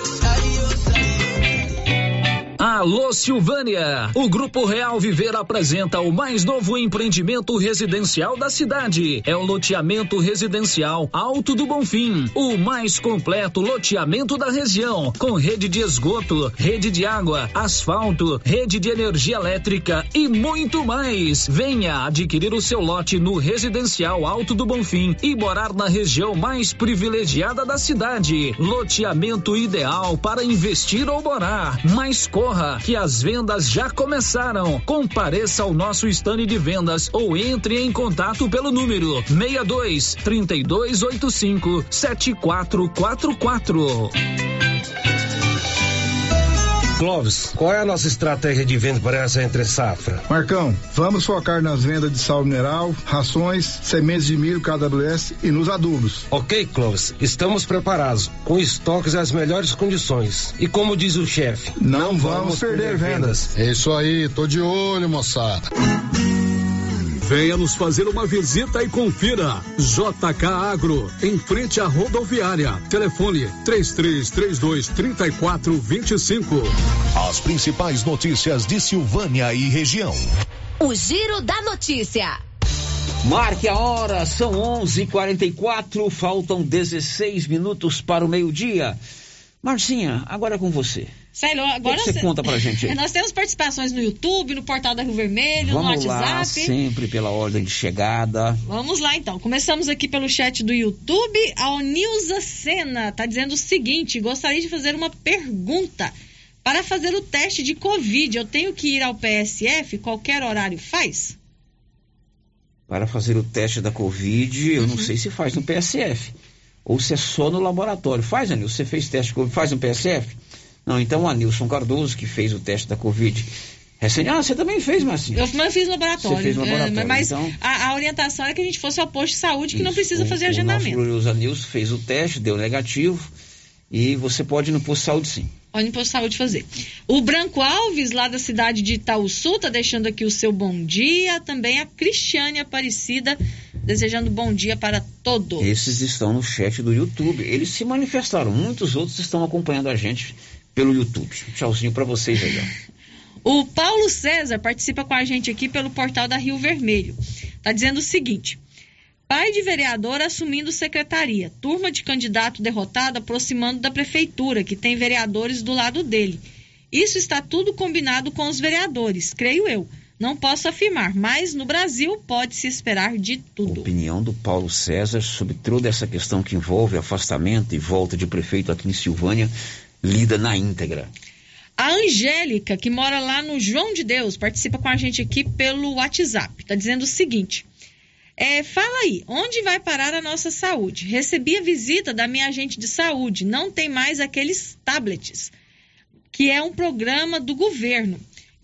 Alô Silvânia! O Grupo Real Viver apresenta o mais novo empreendimento residencial da cidade. É o loteamento residencial Alto do Bonfim, o mais completo loteamento da região, com rede de esgoto, rede de água, asfalto, rede de energia elétrica e muito mais. Venha adquirir o seu lote no residencial Alto do Bonfim e morar na região mais privilegiada da cidade. Loteamento ideal para investir ou morar. Mas corra, que as vendas já começaram. Compareça ao nosso estande de vendas ou entre em contato pelo número 62-3285-7444. Clóvis, qual é a nossa estratégia de venda para essa entre safra? Marcão, vamos focar nas vendas de sal mineral, rações, sementes de milho KWS e nos adubos. Ok, Clóvis, estamos preparados, com estoques às melhores condições. E como diz o chefe, não vamos perder vendas. É isso aí, tô de olho, moçada. Venha nos fazer uma visita e confira. JK Agro, em frente à rodoviária. Telefone 3332-3425. As principais notícias de Silvânia e região. O Giro da Notícia. Marque a hora, são 11h44, faltam 16 minutos para o meio-dia. Marcinha, agora é com você. Célio, agora o que você conta pra gente aí? Nós temos participações no YouTube, no portal da Rio Vermelho, no WhatsApp. Vamos lá, sempre pela ordem de chegada. Vamos lá então, começamos aqui pelo chat do YouTube. A Onilza Sena está dizendo o seguinte: gostaria de fazer uma pergunta. Para fazer o teste de Covid, eu tenho que ir ao PSF? Qualquer horário faz? Para fazer o teste da Covid, eu não sei se faz no PSF. Ou se é só no laboratório. Faz, Anilson? Você fez teste de Covid? Faz no PSF? Não, então o Anilson Cardoso, que fez o teste da Covid recente. Ah, você também fez, Marcinho? Eu fiz no laboratório. Você fez no laboratório. Mas então, a orientação era que a gente fosse ao posto de saúde, que não precisa fazer agendamento. O nosso Anilson fez o teste, deu negativo. E você pode ir no posto de saúde, sim. Pode ir no posto de saúde fazer. O Branco Alves, lá da cidade de Itaúsu, está deixando aqui o seu bom dia. Também a Cristiane Aparecida, desejando bom dia para todos. Esses estão no chat do YouTube. Eles se manifestaram. Muitos outros estão acompanhando a gente pelo YouTube. Tchauzinho para vocês aí, ó. O Paulo César participa com a gente aqui pelo portal da Rio Vermelho. Está dizendo o seguinte: pai de vereador assumindo secretaria, turma de candidato derrotado aproximando da prefeitura, que tem vereadores do lado dele. Isso está tudo combinado com os vereadores, creio eu. Não posso afirmar, mas no Brasil pode-se esperar de tudo. Opinião do Paulo César sobre toda essa questão que envolve afastamento e volta de prefeito aqui em Silvânia, lida na íntegra. A Angélica, que mora lá no João de Deus, participa com a gente aqui pelo WhatsApp. Está dizendo o seguinte: fala aí, onde vai parar a nossa saúde? Recebi a visita da minha agente de saúde, não tem mais aqueles tablets, que é um programa do governo.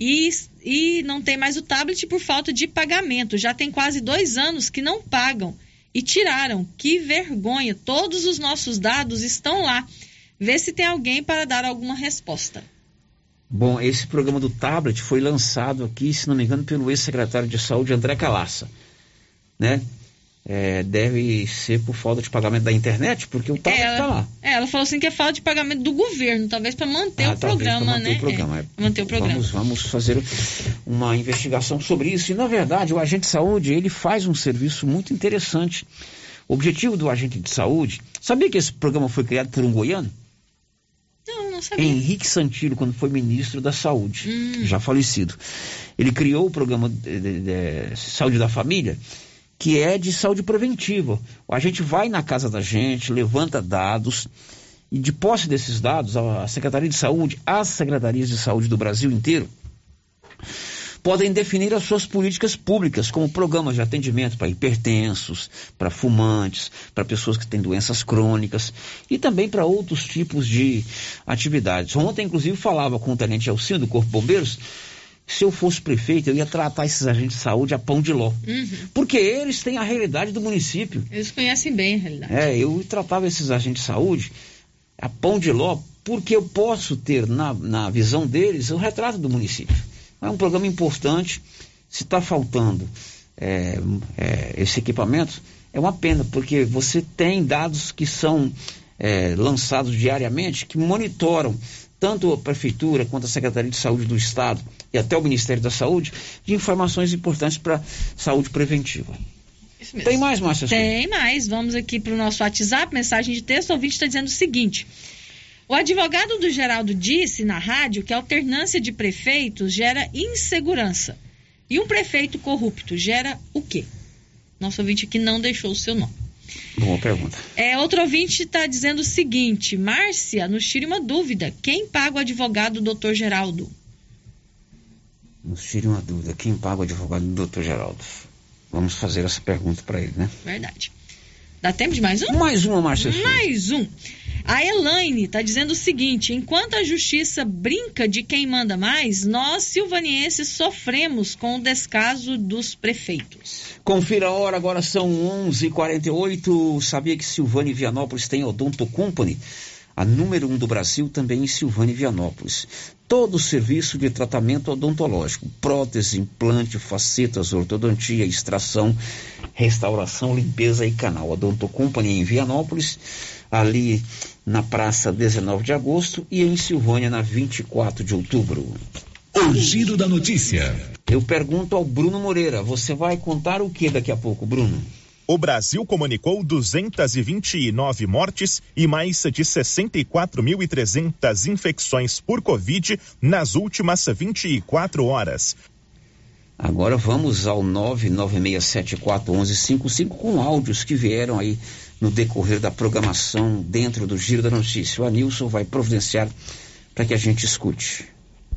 E não tem mais o tablet por falta de pagamento. Já tem quase 2 anos que não pagam. E tiraram. Que vergonha. Todos os nossos dados estão lá. Vê se tem alguém para dar alguma resposta. Bom, esse programa do tablet foi lançado aqui, se não me engano, pelo ex-secretário de saúde, André Calaça, né? Deve ser por falta de pagamento da internet, porque o tablet está lá. Ela falou assim que é falta de pagamento do governo, talvez para manter o programa, né? Manter o programa. Vamos fazer uma investigação sobre isso. E, na verdade, o agente de saúde, ele faz um serviço muito interessante. O objetivo do agente de saúde... Sabia que esse programa foi criado por um goiano? Não sabia. Henrique Santilo, quando foi ministro da Saúde, já falecido. Ele criou o programa de Saúde da Família, que é de saúde preventiva. A gente vai na casa da gente, levanta dados, e de posse desses dados, a Secretaria de Saúde, as secretarias de saúde do Brasil inteiro, podem definir as suas políticas públicas, como programas de atendimento para hipertensos, para fumantes, para pessoas que têm doenças crônicas e também para outros tipos de atividades. Ontem, inclusive, falava com o tenente Alcindo do Corpo de Bombeiros. Se eu fosse prefeito, eu ia tratar esses agentes de saúde a pão de ló. Porque eles têm a realidade do município. Eles conhecem bem a realidade. Eu tratava esses agentes de saúde a pão de ló, porque eu posso ter na visão deles o retrato do município. É um programa importante. Se está faltando esse equipamento, é uma pena, porque você tem dados que são lançados diariamente, que monitoram tanto a Prefeitura quanto a Secretaria de Saúde do Estado e até o Ministério da Saúde, de informações importantes para saúde preventiva. Isso mesmo. Tem mais, Márcia? Tem mais. Vamos aqui para o nosso WhatsApp, mensagem de texto. O ouvinte está dizendo o seguinte: o advogado do Geraldo disse na rádio que a alternância de prefeitos gera insegurança. E um prefeito corrupto gera o quê? Nosso ouvinte aqui não deixou o seu nome. Boa pergunta. Outro ouvinte está dizendo o seguinte: Márcia, nos tire uma dúvida. Quem paga o advogado do Dr. Geraldo? Nos tire uma dúvida. Quem paga o advogado do Dr. Geraldo? Vamos fazer essa pergunta para ele, né? Verdade. Dá tempo de mais um? Mais uma, Márcia. Mais um. A Elaine está dizendo o seguinte: enquanto a justiça brinca de quem manda mais, nós silvanienses sofremos com o descaso dos prefeitos. Confira a hora, agora são 11h48. Sabia que Silvânia e Vianópolis tem Odonto Company? A número 1 do Brasil, também em Silvânia e Vianópolis. Todo o serviço de tratamento odontológico: prótese, implante, facetas, ortodontia, extração, restauração, limpeza e canal. Odonto Company em Vianópolis, ali na praça 19 de agosto, e em Silvânia na 24 de outubro. O Giro da Notícia. Eu pergunto ao Bruno Moreira, você vai contar o que daqui a pouco, Bruno? O Brasil comunicou 229 mortes e mais de 64.300 infecções por Covid nas últimas 24 horas. Agora vamos ao 996741155 com áudios que vieram aí no decorrer da programação dentro do Giro da Notícia. O Anilson vai providenciar para que a gente escute.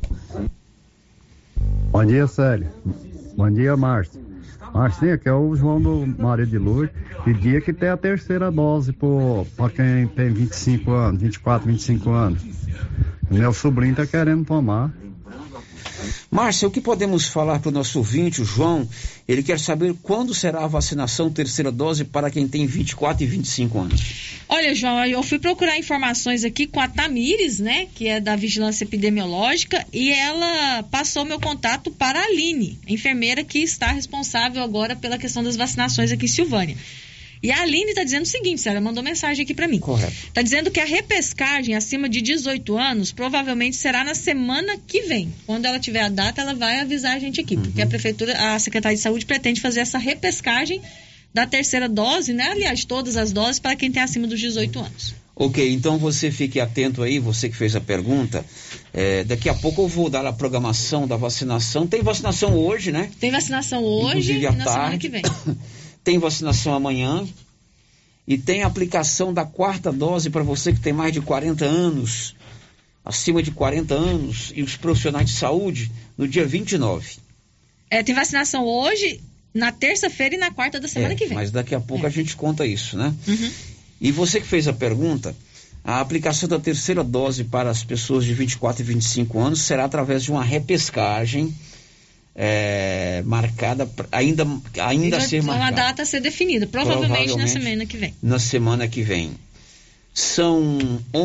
Bom dia, Célio. Bom dia, Márcio. Marcinho, aqui é o João do Maria de Lourdes. Pedia que tem a terceira dose para quem tem 25 anos, 24, 25 anos. Meu sobrinho está querendo tomar. Márcia, o que podemos falar para o nosso ouvinte, o João? Ele quer saber quando será a vacinação terceira dose para quem tem 24 e 25 anos. Olha, João, eu fui procurar informações aqui com a Tamires, né, que é da Vigilância Epidemiológica, e ela passou meu contato para a Aline, a enfermeira que está responsável agora pela questão das vacinações aqui em Silvânia. E a Aline está dizendo o seguinte, ela mandou mensagem aqui para mim. Correto. Está dizendo que a repescagem acima de 18 anos provavelmente será na semana que vem. Quando ela tiver a data, ela vai avisar a gente aqui. Porque a Secretaria de Saúde pretende fazer essa repescagem da terceira dose, né? Aliás, todas as doses para quem tem acima dos 18 anos. Ok, então você fique atento aí, você que fez a pergunta. Daqui a pouco eu vou dar a programação da vacinação. Tem vacinação hoje, né? Tem vacinação hoje e na semana que vem. Tem vacinação amanhã e tem aplicação da quarta dose para você que tem mais de 40 anos, acima de 40 anos, e os profissionais de saúde no dia 29. Tem vacinação hoje, na terça-feira e na quarta da semana que vem. Mas daqui a pouco a gente conta isso, né? Uhum. E você que fez a pergunta, a aplicação da terceira dose para as pessoas de 24 e 25 anos será através de uma repescagem marcada, ainda a ser marcada. Uma data a ser definida, provavelmente na semana que vem. Na semana que vem. São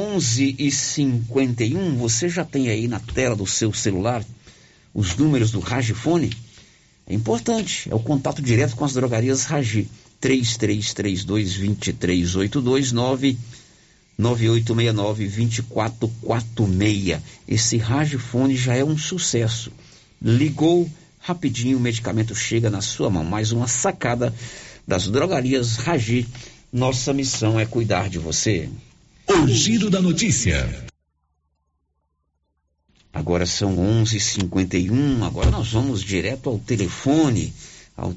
11h51, você já tem aí na tela do seu celular os números do Ragifone? É importante, é o contato direto com as drogarias Ragi. 3332-2382, 99869-2446. Esse Ragifone já é um sucesso. Ligou, rapidinho o medicamento chega na sua mão. Mais uma sacada das drogarias Ragi. Nossa missão é cuidar de você. O Giro da Notícia. Agora são 11h51. Agora nós vamos direto ao telefone, ao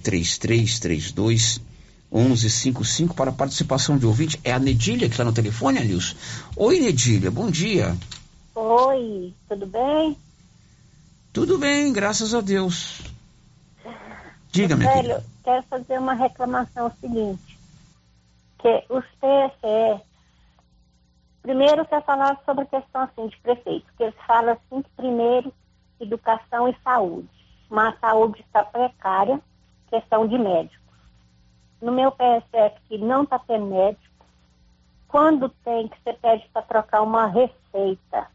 3332-1155 para a participação de ouvinte. É a Nedília que está no telefone, Anilson? Oi, Nedília, bom dia. Oi, tudo bem? Tudo bem, graças a Deus. Diga, minha querida. Quero fazer uma reclamação seguinte, que os PSE, primeiro eu quero falar sobre a questão assim, de prefeito, que eles falam assim que primeiro educação e saúde, mas a saúde está precária, questão de médicos. No meu PSF que não está tendo médico, quando tem que você pede para trocar uma receita,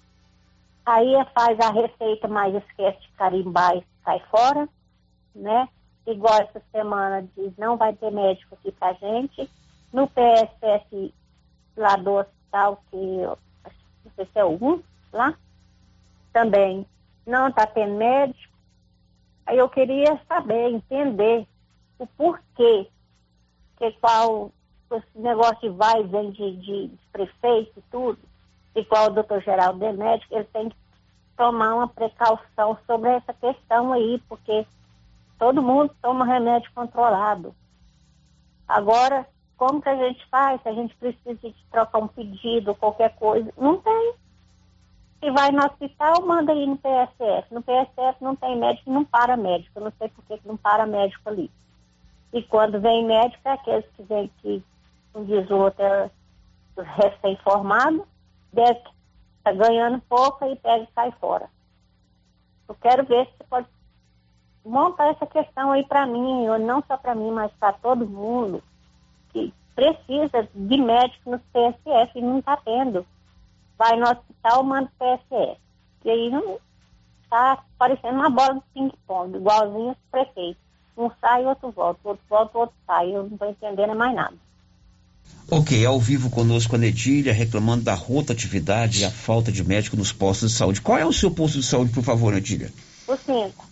aí faz a receita, mas esquece de carimbar e cai fora, né? Igual essa semana diz, não vai ter médico aqui pra gente. No PSF lá do hospital, que não sei se é o 1, lá, também não está tendo médico. Aí eu queria saber, entender o porquê, que qual esse negócio de vai e vem de prefeito e tudo, igual o doutor Geraldo de médico, ele tem que tomar uma precaução sobre essa questão aí, porque todo mundo toma remédio controlado. Agora, como que a gente faz? Se a gente precisa de trocar um pedido, qualquer coisa, não tem. Se vai no hospital, manda aí no PSF. No PSF não tem médico, não para médico. Eu não sei por que não para médico ali. E quando vem médico, é aqueles que vem que, como diz o outro, recém-formado, deve tá ganhando pouco e pega e sai fora. Eu quero ver se você pode montar essa questão aí para mim, ou não só para mim, mas para todo mundo que precisa de médico no PSF e não está tendo. Vai no hospital, manda o PSF. E aí não está parecendo uma bola de ping-pong, igualzinho os prefeitos. Um sai, outro volta, outro volta, outro sai. Eu não estou entendendo mais nada. Ok, ao vivo conosco a Nedília, reclamando da rotatividade e a falta de médico nos postos de saúde. Qual é o seu posto de saúde, por favor, Nedília? O 5.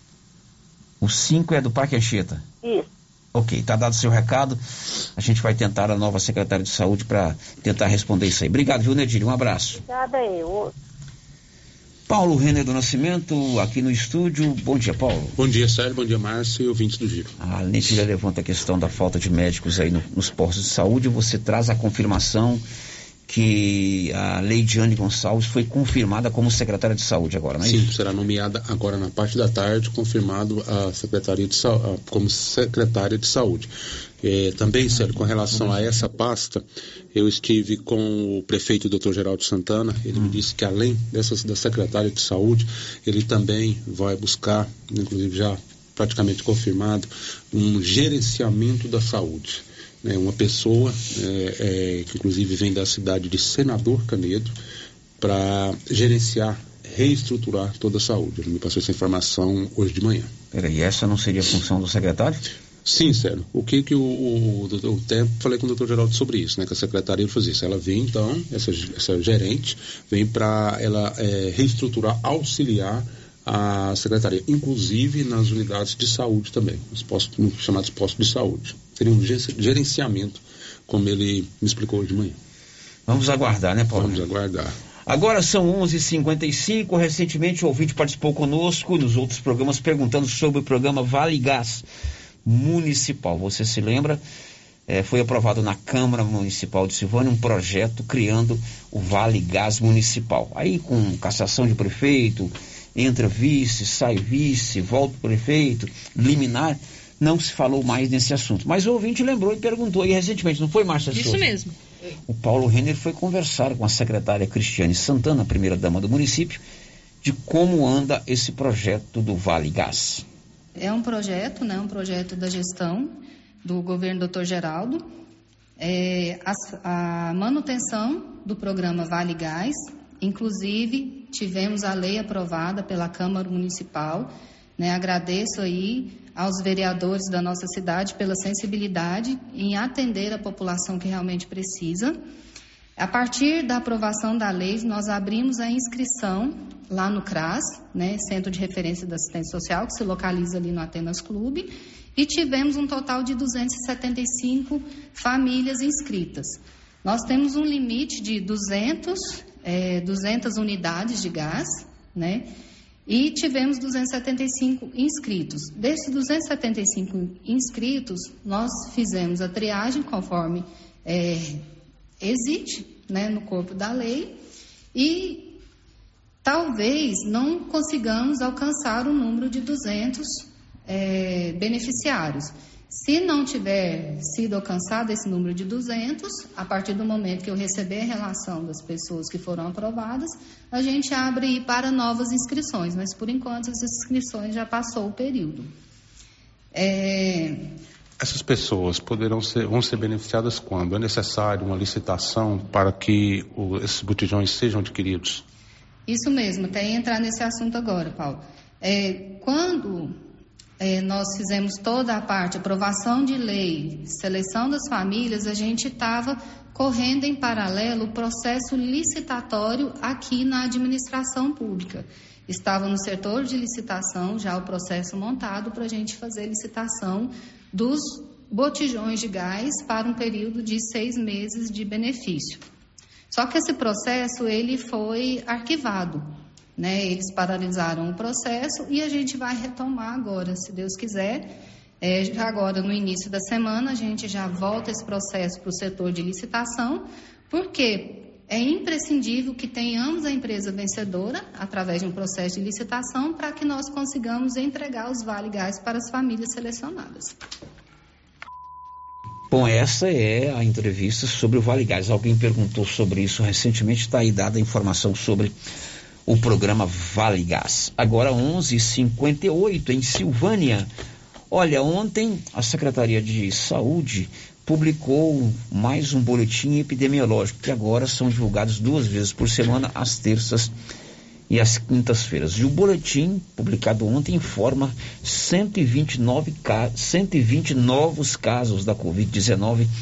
O 5 é do Parque Anchieta? Isso. Ok, tá dado o seu recado. A gente vai tentar a nova secretária de saúde para tentar responder isso aí. Obrigado, viu, Nedília? Um abraço. Obrigada eu. Paulo Renner do Nascimento, aqui no estúdio. Bom dia, Paulo. Bom dia, Sérgio. Bom dia, Márcio e ouvintes do Giro. A Nedília levanta a questão da falta de médicos aí nos postos de saúde. Você traz a confirmação que a Leidiane Gonçalves foi confirmada como secretária de saúde agora, não é isso? Sim, será nomeada agora na parte da tarde, confirmado a Secretaria de como secretária de saúde. Também, Sérgio, com relação a essa pasta, eu estive com o prefeito Dr. Geraldo Santana. Ele me disse que além da secretária de saúde, ele também vai buscar, inclusive já praticamente confirmado, um gerenciamento da saúde. Uma pessoa que inclusive vem da cidade de Senador Canedo para gerenciar, reestruturar toda a saúde. Ele me passou essa informação hoje de manhã. Peraí, essa não seria a função do secretário? Sim, Sérgio. O que o tempo falei com o Dr. Geraldo sobre isso, que a secretaria fazia isso. Ela vem, então, essa gerente, vem para ela reestruturar, auxiliar a secretaria, inclusive nas unidades de saúde também, os chamados postos de saúde. Seria um gerenciamento, como ele me explicou hoje de manhã. Vamos aguardar, né, Paulo? Vamos aguardar. Agora são 11h55, recentemente o ouvinte participou conosco nos outros programas perguntando sobre o programa Vale Gás Municipal. Você se lembra? Foi aprovado na Câmara Municipal de Silvânia um projeto criando o Vale Gás Municipal. Aí com cassação de prefeito, entra vice, sai vice, volta o prefeito, liminar, não se falou mais nesse assunto. Mas o ouvinte lembrou e perguntou aí recentemente, não foi, Márcia Souza? Isso mesmo. O Paulo Renner foi conversar com a secretária Cristiane Santana, primeira-dama do município, de como anda esse projeto do Vale Gás. É um projeto, um projeto da gestão do governo Dr. Geraldo. A manutenção do programa Vale Gás, inclusive tivemos a lei aprovada pela Câmara Municipal. Agradeço aí aos vereadores da nossa cidade pela sensibilidade em atender a população que realmente precisa. A partir da aprovação da lei, nós abrimos a inscrição lá no CRAS, Centro de Referência da Assistência Social, que se localiza ali no Atenas Clube, e tivemos um total de 275 famílias inscritas. Nós temos um limite de 200 unidades de gás, e tivemos 275 inscritos. Desses 275 inscritos, nós fizemos a triagem conforme existe no corpo da lei e talvez não consigamos alcançar o número de 200 beneficiários. Se não tiver sido alcançado esse número de 200, a partir do momento que eu receber a relação das pessoas que foram aprovadas, a gente abre para novas inscrições, mas por enquanto as inscrições já passou o período. Essas pessoas vão ser beneficiadas quando? É necessário uma licitação para que esses botijões sejam adquiridos? Isso mesmo, até entrar nesse assunto agora, Paulo. Quando nós fizemos toda a parte, aprovação de lei, seleção das famílias, a gente estava correndo em paralelo o processo licitatório aqui na administração pública. Estava no setor de licitação já o processo montado para a gente fazer licitação dos botijões de gás para um período de 6 meses de benefício. Só que esse processo ele foi arquivado. Eles paralisaram o processo e a gente vai retomar agora, se Deus quiser. Já agora, no início da semana, a gente já volta esse processo para o setor de licitação, porque é imprescindível que tenhamos a empresa vencedora, através de um processo de licitação, para que nós consigamos entregar os Vale Gás para as famílias selecionadas. Bom, essa é a entrevista sobre o Vale Gás. Alguém perguntou sobre isso recentemente, está aí dada a informação sobre o programa Vale Gás. Agora 11h58 em Silvânia. Olha, ontem a Secretaria de Saúde publicou mais um boletim epidemiológico, que agora são divulgados 2 vezes por semana, às terças e às quintas-feiras. E o boletim publicado ontem informa 120 novos casos da Covid-19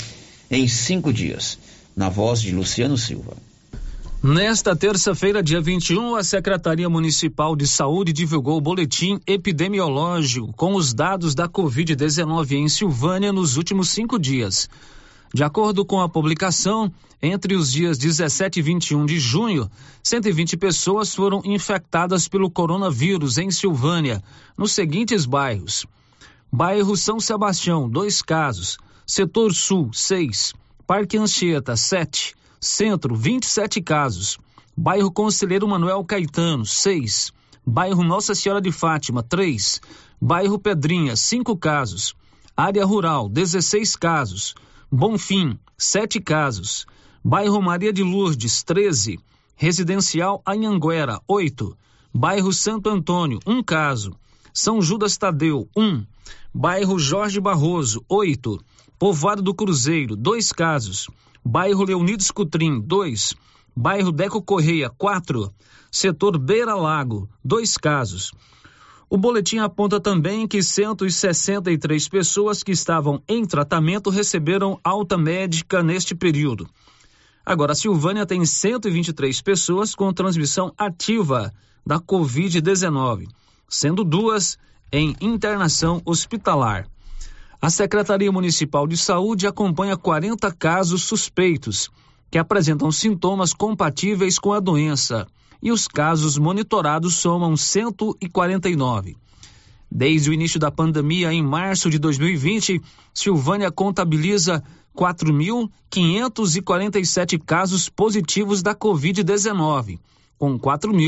em 5 dias. Na voz de Luciano Silva. Nesta terça-feira, dia 21, a Secretaria Municipal de Saúde divulgou o boletim epidemiológico com os dados da Covid-19 em Silvânia nos últimos 5 dias. De acordo com a publicação, entre os dias 17 e 21 de junho, 120 pessoas foram infectadas pelo coronavírus em Silvânia, nos seguintes bairros: Bairro São Sebastião, 2 casos; Setor Sul, 6; Parque Anchieta, 7; Centro, 27 casos; Bairro Conselheiro Manuel Caetano, 6; Bairro Nossa Senhora de Fátima, 3; Bairro Pedrinha, 5 casos; Área Rural, 16 casos; Bonfim, 7 casos; Bairro Maria de Lourdes, 13; Residencial Anhanguera, 8; Bairro Santo Antônio, 1 caso; São Judas Tadeu, 1; Bairro Jorge Barroso, 8; Povoado do Cruzeiro, 2 casos; Bairro Leonides Cutrim, 2; Bairro Deco Correia, 4; Setor Beira Lago, 2 casos. O boletim aponta também que 163 pessoas que estavam em tratamento receberam alta médica neste período. Agora, a Silvânia tem 123 pessoas com transmissão ativa da Covid-19, sendo 2 em internação hospitalar. A Secretaria Municipal de Saúde acompanha 40 casos suspeitos que apresentam sintomas compatíveis com a doença, e os casos monitorados somam 149. Desde o início da pandemia, em março de 2020, Silvânia contabiliza 4.547 casos positivos da Covid-19, com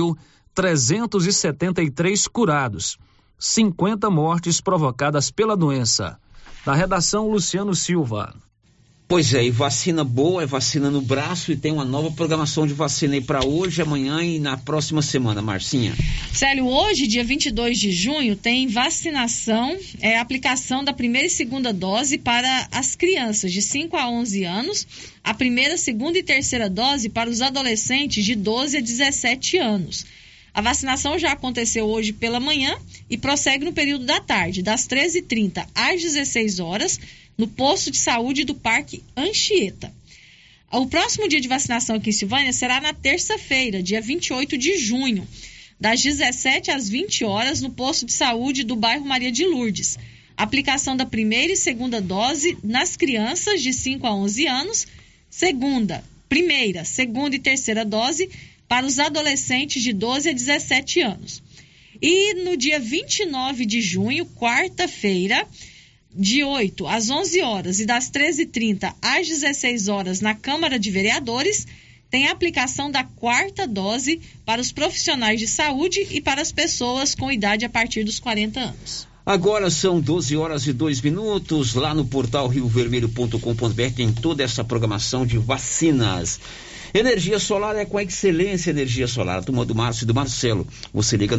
4.373 curados, 50 mortes provocadas pela doença. Da redação, Luciano Silva. Pois é, e vacina boa é vacina no braço, e tem uma nova programação de vacina aí para hoje, amanhã e na próxima semana, Marcinha. Célio, hoje, dia 22 de junho, tem vacinação, aplicação da primeira e segunda dose para as crianças de 5 a 11 anos, a primeira, segunda e terceira dose para os adolescentes de 12 a 17 anos. A vacinação já aconteceu hoje pela manhã e prossegue no período da tarde, das 13h30 às 16 horas, no posto de saúde do Parque Anchieta. O próximo dia de vacinação aqui em Silvânia será na terça-feira, dia 28 de junho, das 17 às 20 horas, no posto de saúde do bairro Maria de Lourdes. Aplicação da primeira e segunda dose nas crianças de 5 a 11 anos, primeira, segunda e terceira dose para os adolescentes de 12 a 17 anos. E no dia 29 de junho, quarta-feira, de 8 às 11 horas e das 13h30 às 16 horas na Câmara de Vereadores, tem a aplicação da 4ª dose para os profissionais de saúde e para as pessoas com idade a partir dos 40 anos. Agora são 12 horas e 2 minutos. Lá no portal riovermelho.com.br tem toda essa programação de vacinas. Energia solar é com a Excelência Energia Solar. A turma do Márcio e do Marcelo. Você liga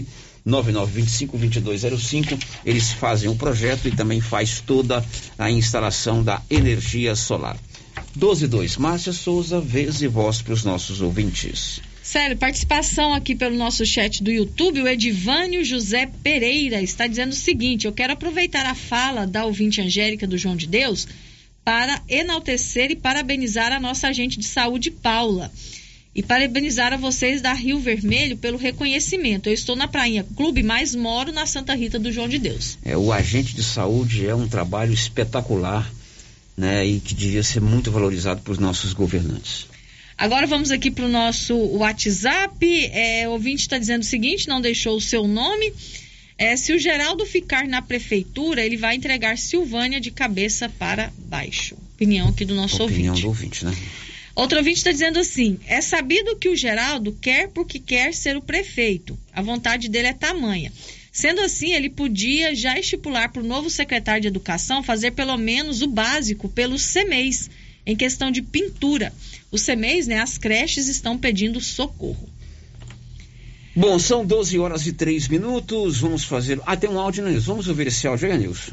99925-2205. Eles fazem o projeto e também faz toda a instalação da energia solar. 12:02. Márcia Souza, vez e voz para os nossos ouvintes. Sério, participação aqui pelo nosso chat do YouTube. O Edivânio José Pereira está dizendo o seguinte: eu quero aproveitar a fala da ouvinte Angélica do João de Deus para enaltecer e parabenizar a nossa agente de saúde, Paula. E parabenizar a vocês da Rio Vermelho pelo reconhecimento. Eu estou na Prainha Clube, mas moro na Santa Rita do João de Deus. O agente de saúde é um trabalho espetacular, né? E que devia ser muito valorizado por nossos governantes. Agora vamos aqui para o nosso WhatsApp. O ouvinte está dizendo o seguinte, não deixou o seu nome. Se o Geraldo ficar na prefeitura, ele vai entregar Silvânia de cabeça para baixo. Opinião aqui do nosso ouvinte. Opinião do ouvinte, né? Outro ouvinte está dizendo assim: é sabido que o Geraldo quer porque quer ser o prefeito. A vontade dele é tamanha. Sendo assim, ele podia já estipular para o novo secretário de Educação fazer pelo menos o básico pelos CMEs, em questão de pintura. Os CMEs, né, as creches, estão pedindo socorro. Bom, são 12 horas e 3 minutos. Vamos fazer... tem um áudio, Nilson. Vamos ouvir esse áudio aí, Nilson.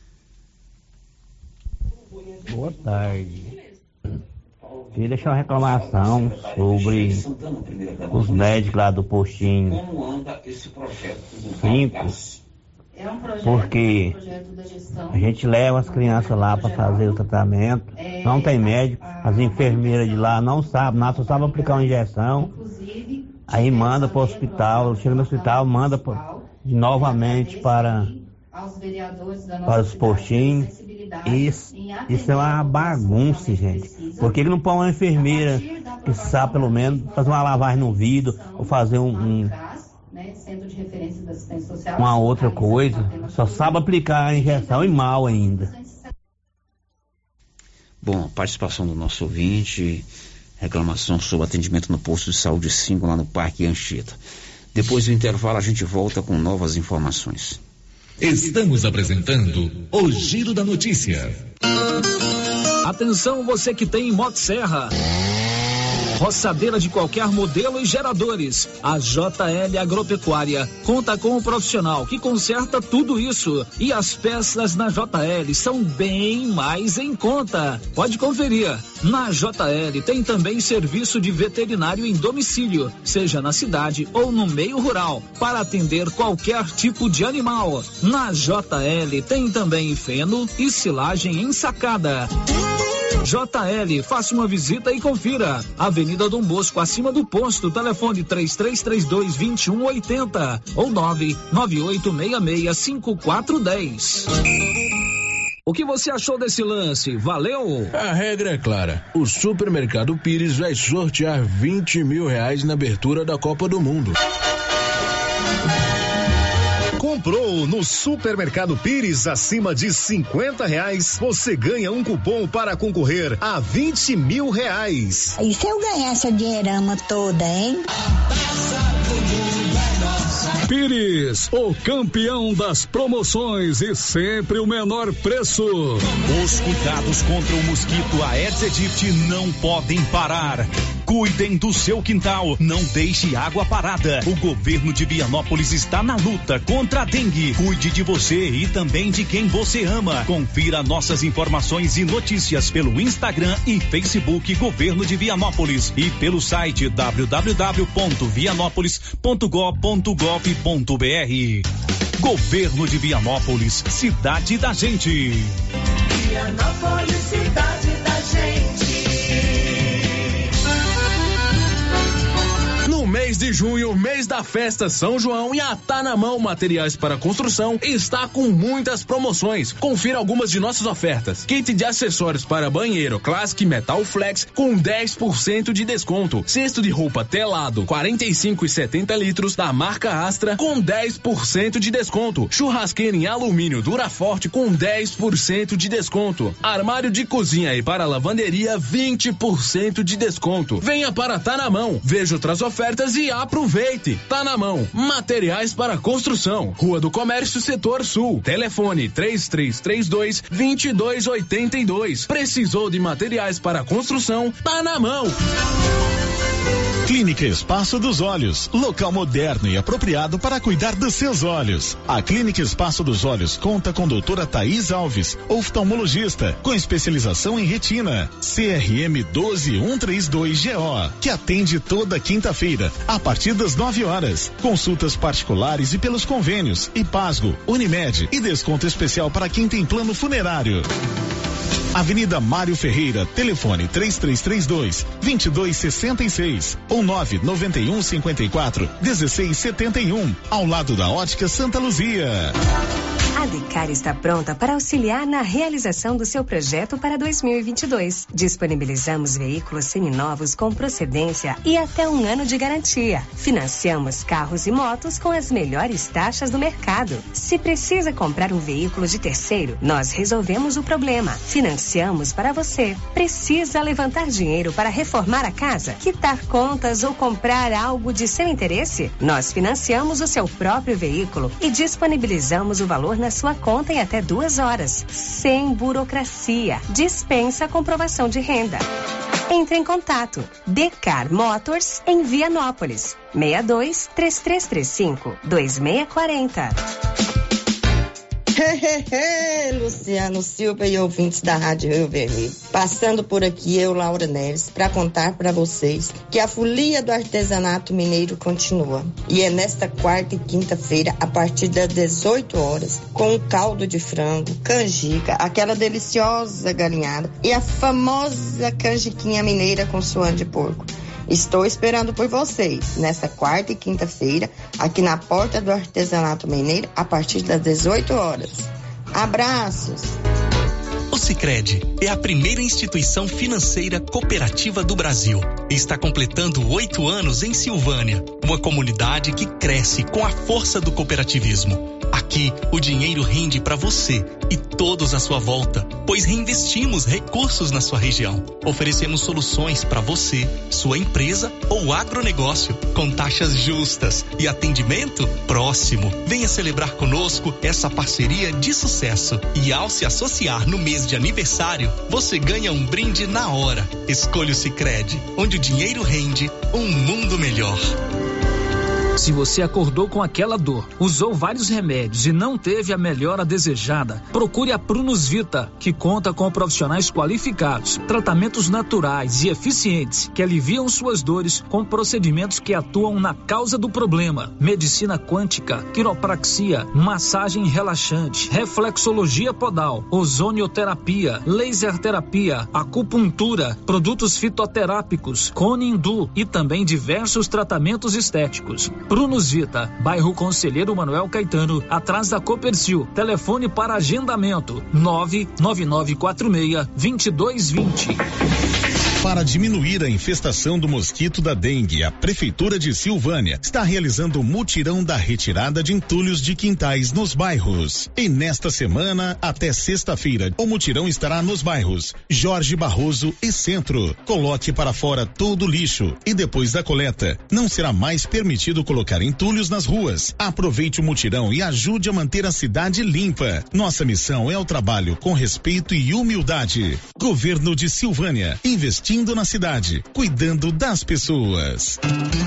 Boa tarde. Queria deixar uma reclamação sobre os médicos lá do postinho 5. porque a gente leva as crianças lá para fazer o tratamento, não tem médico, as enfermeiras de lá não sabem, só sabem aplicar uma injeção, aí manda para o hospital, chega no hospital, manda novamente para os postinhos. Isso é uma bagunça, gente. Por que não põe uma enfermeira que sabe pelo menos fazer uma lavagem no vidro ou fazer uma outra coisa? Só sabe aplicar a injeção e mal ainda. Bom, a participação do nosso ouvinte, reclamação sobre atendimento no posto de saúde 5 lá no Parque Anchieta. Depois do intervalo a gente volta com novas informações. Estamos apresentando o Giro da Notícia. Atenção você que tem motosserra, roçadeira de qualquer modelo e geradores. A JL Agropecuária conta com um profissional que conserta tudo isso. E as peças na JL são bem mais em conta. Pode conferir. Na JL tem também serviço de veterinário em domicílio, seja na cidade ou no meio rural, para atender qualquer tipo de animal. Na JL tem também feno e silagem ensacada. JL, faça uma visita e confira. Avenida Dom Bosco, acima do posto, telefone 3332-2180 ou 998665410. O que você achou desse lance? Valeu? A regra é clara. O Supermercado Pires vai sortear R$20 mil na abertura da Copa do Mundo. Comprou no Supermercado Pires acima de R$50, você ganha um cupom para concorrer a R$20 mil. E se eu ganhar essa dinheirama toda, hein? Pires, o campeão das promoções e sempre o menor preço. Os cuidados contra o mosquito Aedes aegypti não podem parar. Cuidem do seu quintal, não deixe água parada. O governo de Vianópolis está na luta contra a dengue. Cuide de você e também de quem você ama. Confira nossas informações e notícias pelo Instagram e Facebook Governo de Vianópolis e pelo site www.vianópolis.gov.br. Governo de Vianópolis, cidade da gente. Vianópolis, cidade da gente. No mês de junho, mês da festa São João, e a Tá Na Mão Materiais para Construção está com muitas promoções. Confira algumas de nossas ofertas. Kit de acessórios para banheiro Classic Metal Flex com 10% de desconto. Cesto de roupa telado 45 e 70 litros da marca Astra com 10% de desconto. Churrasqueira em alumínio Duraforte com 10% de desconto. Armário de cozinha e para lavanderia 20% de desconto. Venha para Tá Na Mão. Veja outras ofertas e aproveite. Tá Na Mão. Materiais para construção. Rua do Comércio, Setor Sul. Telefone 3332-2282. Precisou de materiais para construção? Tá Na Mão. Clínica Espaço dos Olhos, local moderno e apropriado para cuidar dos seus olhos. A Clínica Espaço dos Olhos conta com doutora Thaís Alves, oftalmologista, com especialização em retina, CRM 12132GO, que atende toda quinta-feira, a partir das 9 horas. Consultas particulares e pelos convênios, IPASGO, Unimed e desconto especial para quem tem plano funerário. Avenida Mário Ferreira, telefone 3332-2266 ou 99154-1671, ao lado da Ótica Santa Luzia. A Decar está pronta para auxiliar na realização do seu projeto para 2022. Disponibilizamos veículos seminovos com procedência e até 1 ano de garantia. Financiamos carros e motos com as melhores taxas do mercado. Se precisa comprar um veículo de terceiro, nós resolvemos o problema. Financiamos para você. Precisa levantar dinheiro para reformar a casa, quitar contas ou comprar algo de seu interesse? Nós financiamos o seu próprio veículo e disponibilizamos o valor na sua conta em até 2 horas, sem burocracia. Dispensa a comprovação de renda. Entre em contato. Decar Motors em Vianópolis. 62-3335-2640. Luciano Silva e ouvintes da Rádio Rio Vermelho. Passando por aqui, eu, Laura Neves, para contar para vocês que a folia do artesanato mineiro continua. E é nesta quarta e quinta-feira, a partir das 18 horas, com um caldo de frango, canjica, aquela deliciosa galinhada e a famosa canjiquinha mineira com suã de porco. Estou esperando por vocês nesta quarta e quinta-feira, aqui na porta do Artesanato Mineiro, a partir das 18 horas. Abraços! O Sicredi é a primeira instituição financeira cooperativa do Brasil e está completando 8 anos em Silvânia, uma comunidade que cresce com a força do cooperativismo. Aqui, o dinheiro rende para você e todos à sua volta, pois reinvestimos recursos na sua região. Oferecemos soluções para você, sua empresa ou agronegócio, com taxas justas e atendimento próximo. Venha celebrar conosco essa parceria de sucesso. E ao se associar no mês de aniversário, você ganha um brinde na hora. Escolha o Sicredi, onde o dinheiro rende um mundo melhor. Se você acordou com aquela dor, usou vários remédios e não teve a melhora desejada, procure a Prunus Vita, que conta com profissionais qualificados, tratamentos naturais e eficientes que aliviam suas dores com procedimentos que atuam na causa do problema. Medicina quântica, quiropraxia, massagem relaxante, reflexologia podal, ozonioterapia, laser terapia, acupuntura, produtos fitoterápicos, cone hindu e também diversos tratamentos estéticos. Prunus Vita, bairro Conselheiro Manuel Caetano, atrás da Copercil. Telefone para agendamento 99946-2220. Para diminuir a infestação do mosquito da dengue, a Prefeitura de Silvânia está realizando o mutirão da retirada de entulhos de quintais nos bairros. E nesta semana, até sexta-feira, o mutirão estará nos bairros Jorge Barroso e Centro. Coloque para fora todo o lixo e depois da coleta, não será mais permitido colocar entulhos nas ruas. Aproveite o mutirão e ajude a manter a cidade limpa. Nossa missão é o trabalho com respeito e humildade. Governo de Silvânia, investindo na cidade, cuidando das pessoas.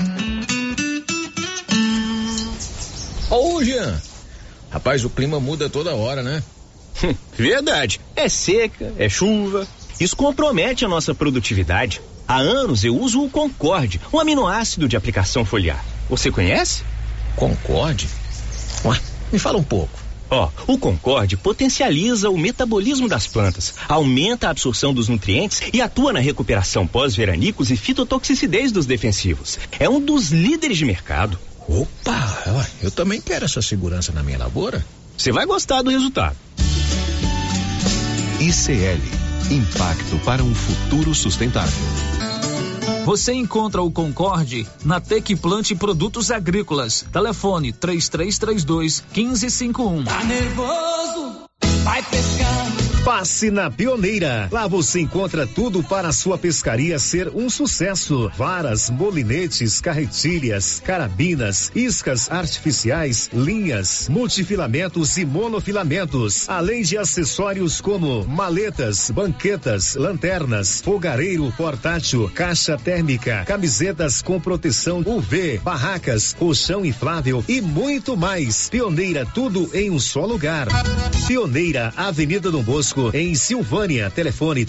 Ô, Jean, rapaz, o clima muda toda hora, né? Verdade, é seca, é chuva, isso compromete a nossa produtividade. Há anos eu uso o Concorde, um aminoácido de aplicação foliar. Você conhece? Concorde? Ué, me fala um pouco. O Concorde potencializa o metabolismo das plantas, aumenta a absorção dos nutrientes e atua na recuperação pós-veranicos e fitotoxicidez dos defensivos. É um dos líderes de mercado. Opa, eu também quero essa segurança na minha lavoura. Você vai gostar do resultado. ICL, impacto para um futuro sustentável. Você encontra o Concorde na Tec Plante Produtos Agrícolas. Telefone 3332-1551. Tá nervoso? Vai pescando. Passe na Pioneira. Lá você encontra tudo para a sua pescaria ser um sucesso. Varas, molinetes, carretilhas, carabinas, iscas artificiais, linhas, multifilamentos e monofilamentos. Além de acessórios como maletas, banquetas, lanternas, fogareiro portátil, caixa térmica, camisetas com proteção UV, barracas, colchão inflável e muito mais. Pioneira, tudo em um só lugar. Pioneira, Avenida Dom Bosco, em Silvânia. Telefone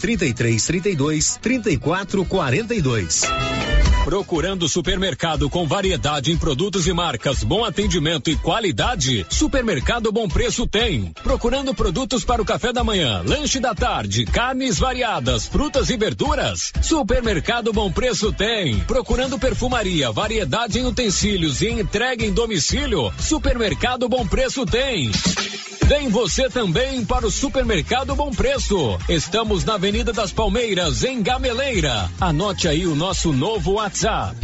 3332-3442. Procurando supermercado com variedade em produtos e marcas, bom atendimento e qualidade? Supermercado Bom Preço tem. Procurando produtos para o café da manhã, lanche da tarde, carnes variadas, frutas e verduras? Supermercado Bom Preço tem. Procurando perfumaria, variedade em utensílios e entrega em domicílio? Supermercado Bom Preço tem. Vem você também para o Supermercado Bom Preço. Estamos na Avenida das Palmeiras, em Gameleira. Anote aí o nosso novo WhatsApp: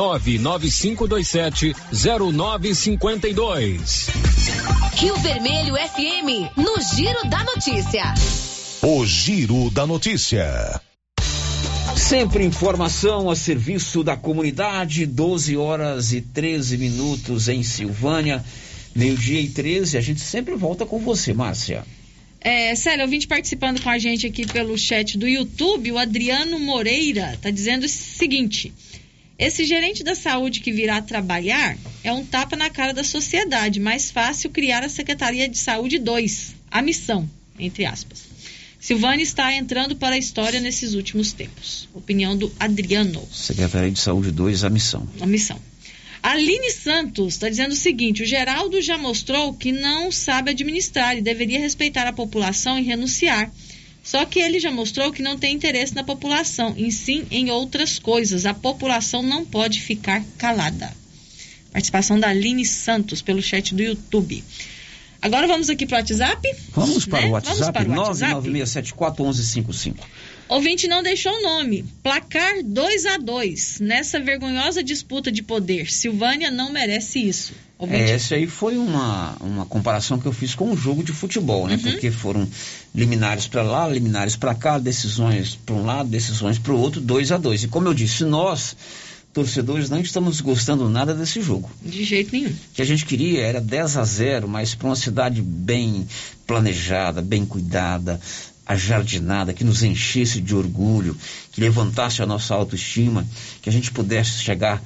99527-0952. Rio Vermelho FM, no Giro da Notícia. O Giro da Notícia. Sempre informação a serviço da comunidade, 12h13 em Silvânia. 12h13, a gente sempre volta com você, Márcia. Célia, ouvinte participando com a gente aqui pelo chat do YouTube, o Adriano Moreira tá dizendo o seguinte: esse gerente da saúde que virá trabalhar é um tapa na cara da sociedade, mais fácil criar a Secretaria de Saúde 2. a missão, entre aspas. Silvânia está entrando para a história nesses últimos tempos. Opinião do Adriano. Secretaria de Saúde 2, a missão. A missão. Aline Santos está dizendo o seguinte: o Geraldo já mostrou que não sabe administrar e deveria respeitar a população e renunciar. Só que ele já mostrou que não tem interesse na população, e sim em outras coisas. A população não pode ficar calada. Participação da Aline Santos pelo chat do YouTube. Agora vamos aqui para o WhatsApp? Vamos para o WhatsApp, Vamos para o WhatsApp. 996741155. Ouvinte não deixou o nome. Placar 2-2. Nessa vergonhosa disputa de poder. Silvânia não merece isso. Essa aí foi uma comparação que eu fiz com um jogo de futebol, né? Porque foram liminares para lá, liminares para cá, decisões para um lado, decisões para o outro, 2-2. E como eu disse, nós, torcedores, não estamos gostando nada desse jogo. De jeito nenhum. O que a gente queria era 10-0, mas para uma cidade bem planejada, bem cuidada, ajardinada, que nos enchesse de orgulho, que levantasse a nossa autoestima, que a gente pudesse chegar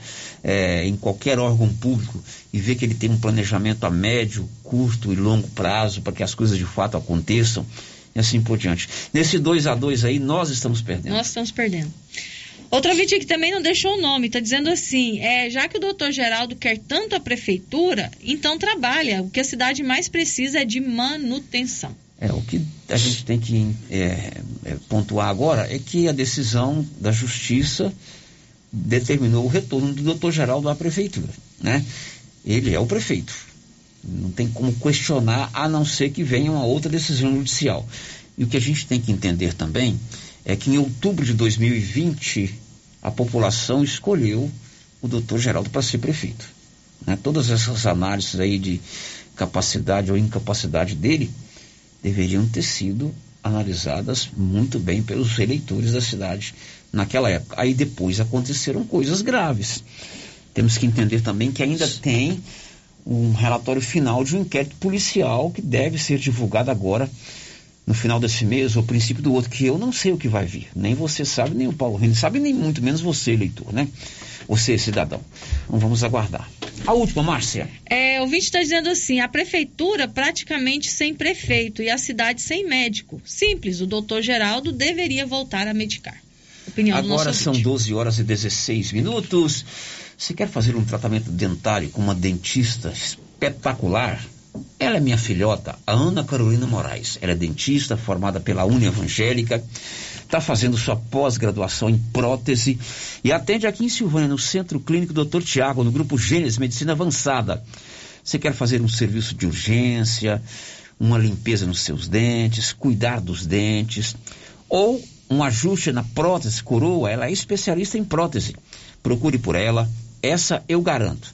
em qualquer órgão público e ver que ele tem um planejamento a médio, curto e longo prazo para que as coisas de fato aconteçam e assim por diante. Nesse 2-2 aí, nós estamos perdendo. Nós estamos perdendo. Outro ouvinte aqui também não deixou o nome, está dizendo assim, já que o doutor Geraldo quer tanto a prefeitura, então trabalha. O que a cidade mais precisa é de manutenção. O que a gente tem que pontuar agora é que a decisão da Justiça determinou o retorno do doutor Geraldo à prefeitura, né? Ele é o prefeito. Não tem como questionar, a não ser que venha uma outra decisão judicial. E o que a gente tem que entender também é que em outubro de 2020 a população escolheu o doutor Geraldo para ser prefeito, né? Todas essas análises aí de capacidade ou incapacidade dele deveriam ter sido analisadas muito bem pelos eleitores da cidade naquela época. Aí depois aconteceram coisas graves. Temos que entender também que ainda tem um relatório final de um inquérito policial que deve ser divulgado agora no final desse mês ou princípio do outro, que eu não sei o que vai vir. Nem você sabe, nem o Paulo René sabe, nem muito menos você, eleitor, né? Você, cidadão. Então vamos aguardar. A última, Márcia. O ouvinte está dizendo assim, a prefeitura praticamente sem prefeito e a cidade sem médico. Simples, o doutor Geraldo deveria voltar a medicar. Opinião do nosso ouvinte. Agora são 12h16. Você quer fazer um tratamento dentário com uma dentista espetacular? Ela é minha filhota, a Ana Carolina Moraes. Ela é dentista, formada pela Uni Evangélica, está fazendo sua pós-graduação em prótese e atende aqui em Silvânia, no Centro Clínico Dr. Tiago, no Grupo Gênesis Medicina Avançada. Você quer fazer um serviço de urgência, uma limpeza nos seus dentes, cuidar dos dentes, ou um ajuste na prótese coroa? Ela é especialista em prótese. Procure por ela, essa eu garanto.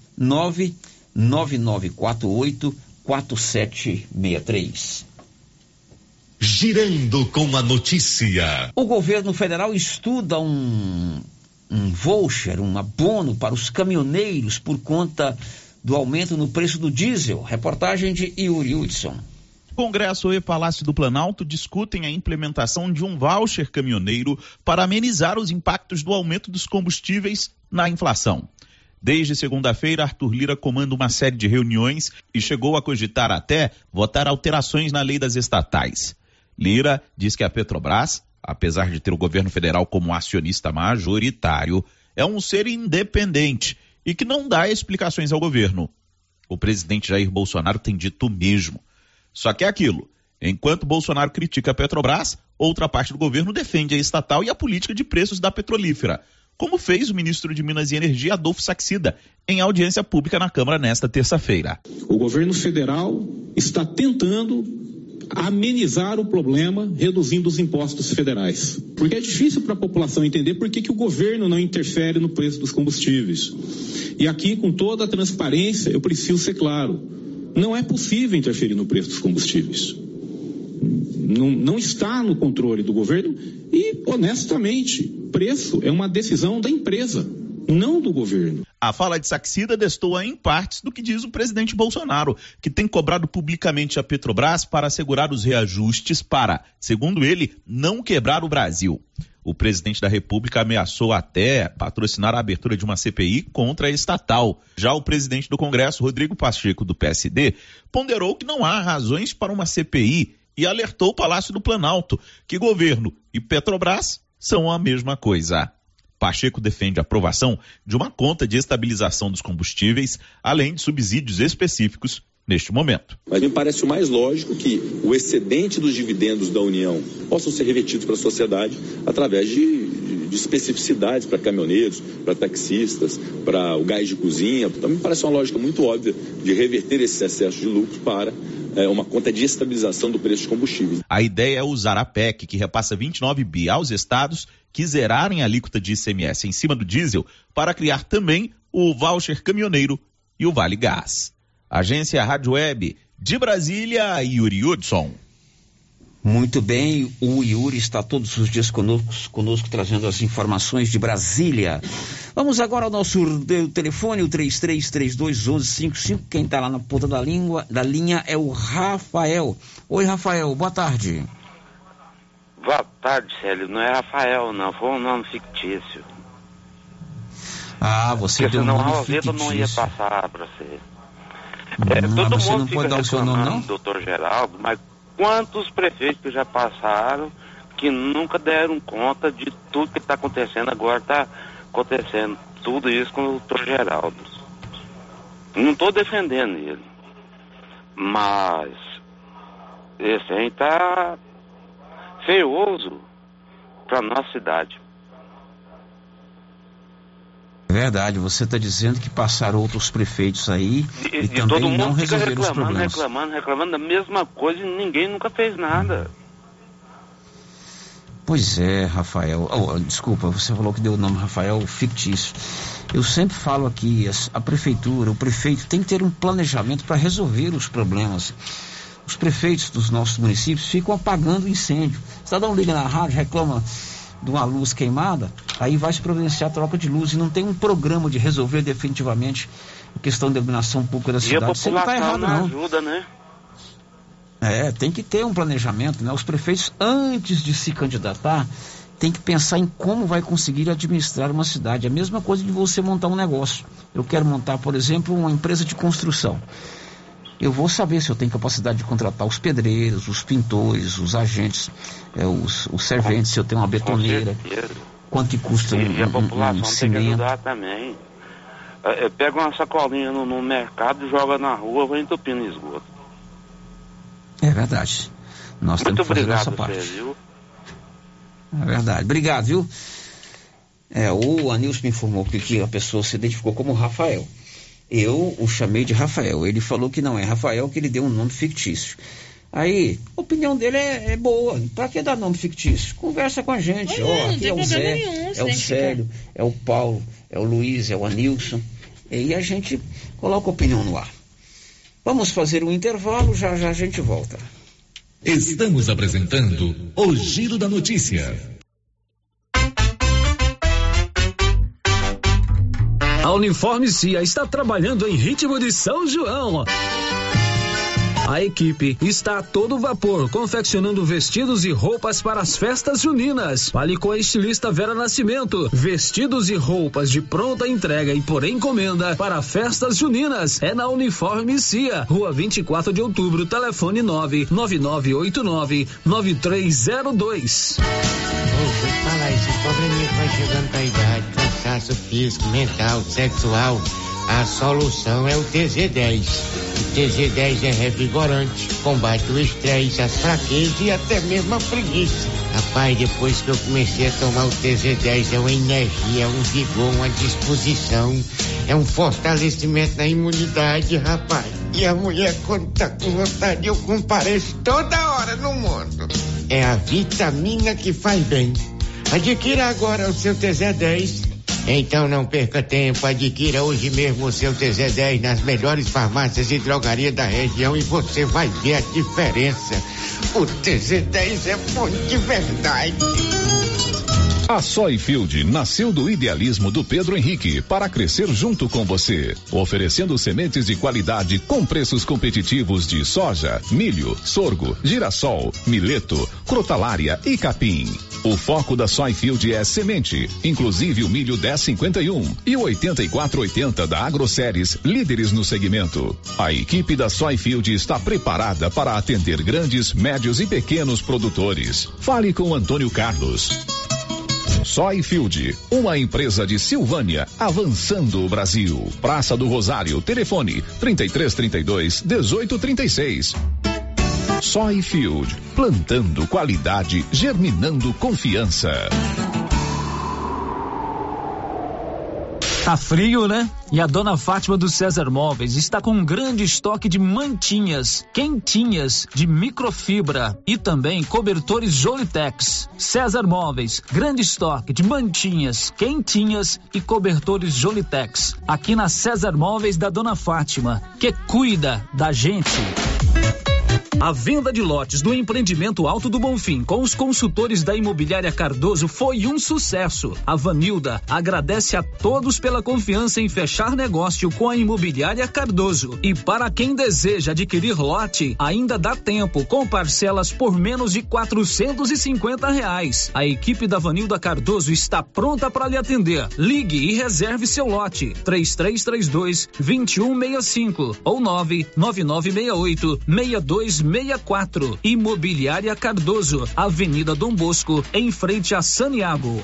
99948-4763. Girando com a notícia. O governo federal estuda um voucher, um abono para os caminhoneiros por conta do aumento no preço do diesel. Reportagem de Yuri Hudson. Congresso e Palácio do Planalto discutem a implementação de um voucher caminhoneiro para amenizar os impactos do aumento dos combustíveis na inflação. Desde segunda-feira, Arthur Lira comanda uma série de reuniões e chegou a cogitar até votar alterações na lei das estatais. Lira diz que a Petrobras, apesar de ter o governo federal como acionista majoritário, é um ser independente e que não dá explicações ao governo. O presidente Jair Bolsonaro tem dito o mesmo. Só que é aquilo, enquanto Bolsonaro critica a Petrobras, outra parte do governo defende a estatal e a política de preços da petrolífera, como fez o ministro de Minas e Energia, Adolfo Saxida, em audiência pública na Câmara nesta terça-feira. O governo federal está tentando amenizar o problema reduzindo os impostos federais. Porque é difícil para a população entender por que o governo não interfere no preço dos combustíveis. E aqui, com toda a transparência, eu preciso ser claro, não é possível interferir no preço dos combustíveis. Não está no controle do governo e, honestamente, preço é uma decisão da empresa, não do governo. A fala de Saxida destoa em partes do que diz o presidente Bolsonaro, que tem cobrado publicamente a Petrobras para assegurar os reajustes para, segundo ele, não quebrar o Brasil. O presidente da República ameaçou até patrocinar a abertura de uma CPI contra a estatal. Já o presidente do Congresso, Rodrigo Pacheco, do PSD, ponderou que não há razões para uma CPI e alertou o Palácio do Planalto que governo e Petrobras são a mesma coisa. Pacheco defende a aprovação de uma conta de estabilização dos combustíveis, além de subsídios específicos neste momento. Mas me parece o mais lógico que o excedente dos dividendos da União possam ser revertidos para a sociedade através de especificidades para caminhoneiros, para taxistas, para o gás de cozinha. Então me parece uma lógica muito óbvia de reverter esse excesso de lucro para uma conta de estabilização do preço de combustíveis. A ideia é usar a PEC, que repassa 29 bi aos estados que zerarem a alíquota de ICMS em cima do diesel, para criar também o voucher caminhoneiro e o Vale Gás. Agência Rádio Web de Brasília, Yuri Hudson. Muito bem, o Yuri está todos os dias conosco trazendo as informações de Brasília. Vamos agora ao nosso telefone, o 33321155. Quem está lá na ponta da linha é o Rafael. Oi, Rafael, boa tarde. Boa tarde, Célio. Não é Rafael, não. Foi um nome fictício. Ah, você deu um nome fictício. Porque senão a não ia passar para você. Todo mundo não pode dar o seu nome, não? Doutor Geraldo, mas quantos prefeitos que já passaram que nunca deram conta de tudo que está acontecendo? Agora está acontecendo tudo isso com o doutor Geraldo. Não estou defendendo ele, mas esse aí está feioso para nossa cidade. Verdade, você está dizendo que passaram outros prefeitos aí e também todo mundo não resolveram os problemas. Reclamando da mesma coisa e ninguém nunca fez nada. Pois é, Rafael. Desculpa, você falou que deu o nome Rafael fictício. Eu sempre falo aqui, a prefeitura, o prefeito tem que ter um planejamento para resolver os problemas. Os prefeitos dos nossos municípios ficam apagando incêndio. O cidadão liga na rádio, reclama de uma luz queimada, aí vai se providenciar a troca de luz e não tem um programa de resolver definitivamente a questão da iluminação pública da cidade. Você não está errado, não. Ajuda, né? Tem que ter um planejamento, né? Os prefeitos, antes de se candidatar, tem que pensar em como vai conseguir administrar uma cidade. É a mesma coisa de você montar um negócio. Eu quero montar, por exemplo, uma empresa de construção. Eu vou saber se eu tenho capacidade de contratar os pedreiros, os pintores, os agentes, os serventes, se eu tenho uma betoneira, quanto que custa e a população tem que cimento. ajudar também. Pega uma sacolinha no mercado, joga na rua, vai entupindo esgoto. É verdade. Nós temos que fazer nossa parte. Viu? É verdade. Obrigado, viu? O Anilson me informou que a pessoa se identificou como Rafael. Eu o chamei de Rafael. Ele falou que não é Rafael, que ele deu um nome fictício. Aí, a opinião dele é boa. Pra que dar nome fictício? Conversa com a gente. Aqui é o Zé, é o Célio, é o Paulo, é o Luiz, é o Anilson. E a gente coloca a opinião no ar. Vamos fazer um intervalo, já a gente volta. Estamos apresentando o Giro da Notícia. A Uniforme Cia está trabalhando em ritmo de São João. A equipe está a todo vapor, confeccionando vestidos e roupas para as festas juninas. Fale com a estilista Vera Nascimento. Vestidos e roupas de pronta entrega e por encomenda para festas juninas. É na Uniforme Cia, Rua 24 de Outubro, telefone 99989-9302. Fala, esses probleminhas que vai chegando com a idade, cansaço físico, mental, sexual, a solução é o TZ10. O TZ10 é revigorante, combate o estresse, as fraquezas e até mesmo a preguiça. Rapaz, depois que eu comecei a tomar o TZ10, é uma energia, é um vigor, uma disposição, é um fortalecimento na imunidade, rapaz. E a mulher, quando tá com vontade, eu compareço toda hora no mundo. É a vitamina que faz bem. Adquira agora o seu TZ10. Então não perca tempo, adquira hoje mesmo o seu TZ10 nas melhores farmácias e drogarias da região e você vai ver a diferença. O TZ10 é bom de verdade. A Soyfield nasceu do idealismo do Pedro Henrique para crescer junto com você, oferecendo sementes de qualidade com preços competitivos de soja, milho, sorgo, girassol, mileto, crotalária e capim. O foco da Soyfield é semente, inclusive o milho 1051 e o 8480 da AgroSéries, líderes no segmento. A equipe da Soyfield está preparada para atender grandes, médios e pequenos produtores. Fale com Antônio Carlos. Soyfield, uma empresa de Silvânia, avançando o Brasil. Praça do Rosário, telefone 3332-1836. Soyfield, plantando qualidade, germinando confiança. Tá frio, né? E a dona Fátima do César Móveis está com um grande estoque de mantinhas, quentinhas, de microfibra e também cobertores Jolitex. César Móveis, grande estoque de mantinhas, quentinhas e cobertores Jolitex. Aqui na César Móveis da dona Fátima, que cuida da gente. A venda de lotes do empreendimento Alto do Bonfim com os consultores da Imobiliária Cardoso foi um sucesso. A Vanilda agradece a todos pela confiança em fechar negócio com a Imobiliária Cardoso. E para quem deseja adquirir lote, ainda dá tempo, com parcelas por menos de R$450. A equipe da Vanilda Cardoso está pronta para lhe atender. Ligue e reserve seu lote. 3332-2165 ou 99968-6264. Imobiliária Cardoso, Avenida Dom Bosco, em frente a Saniago.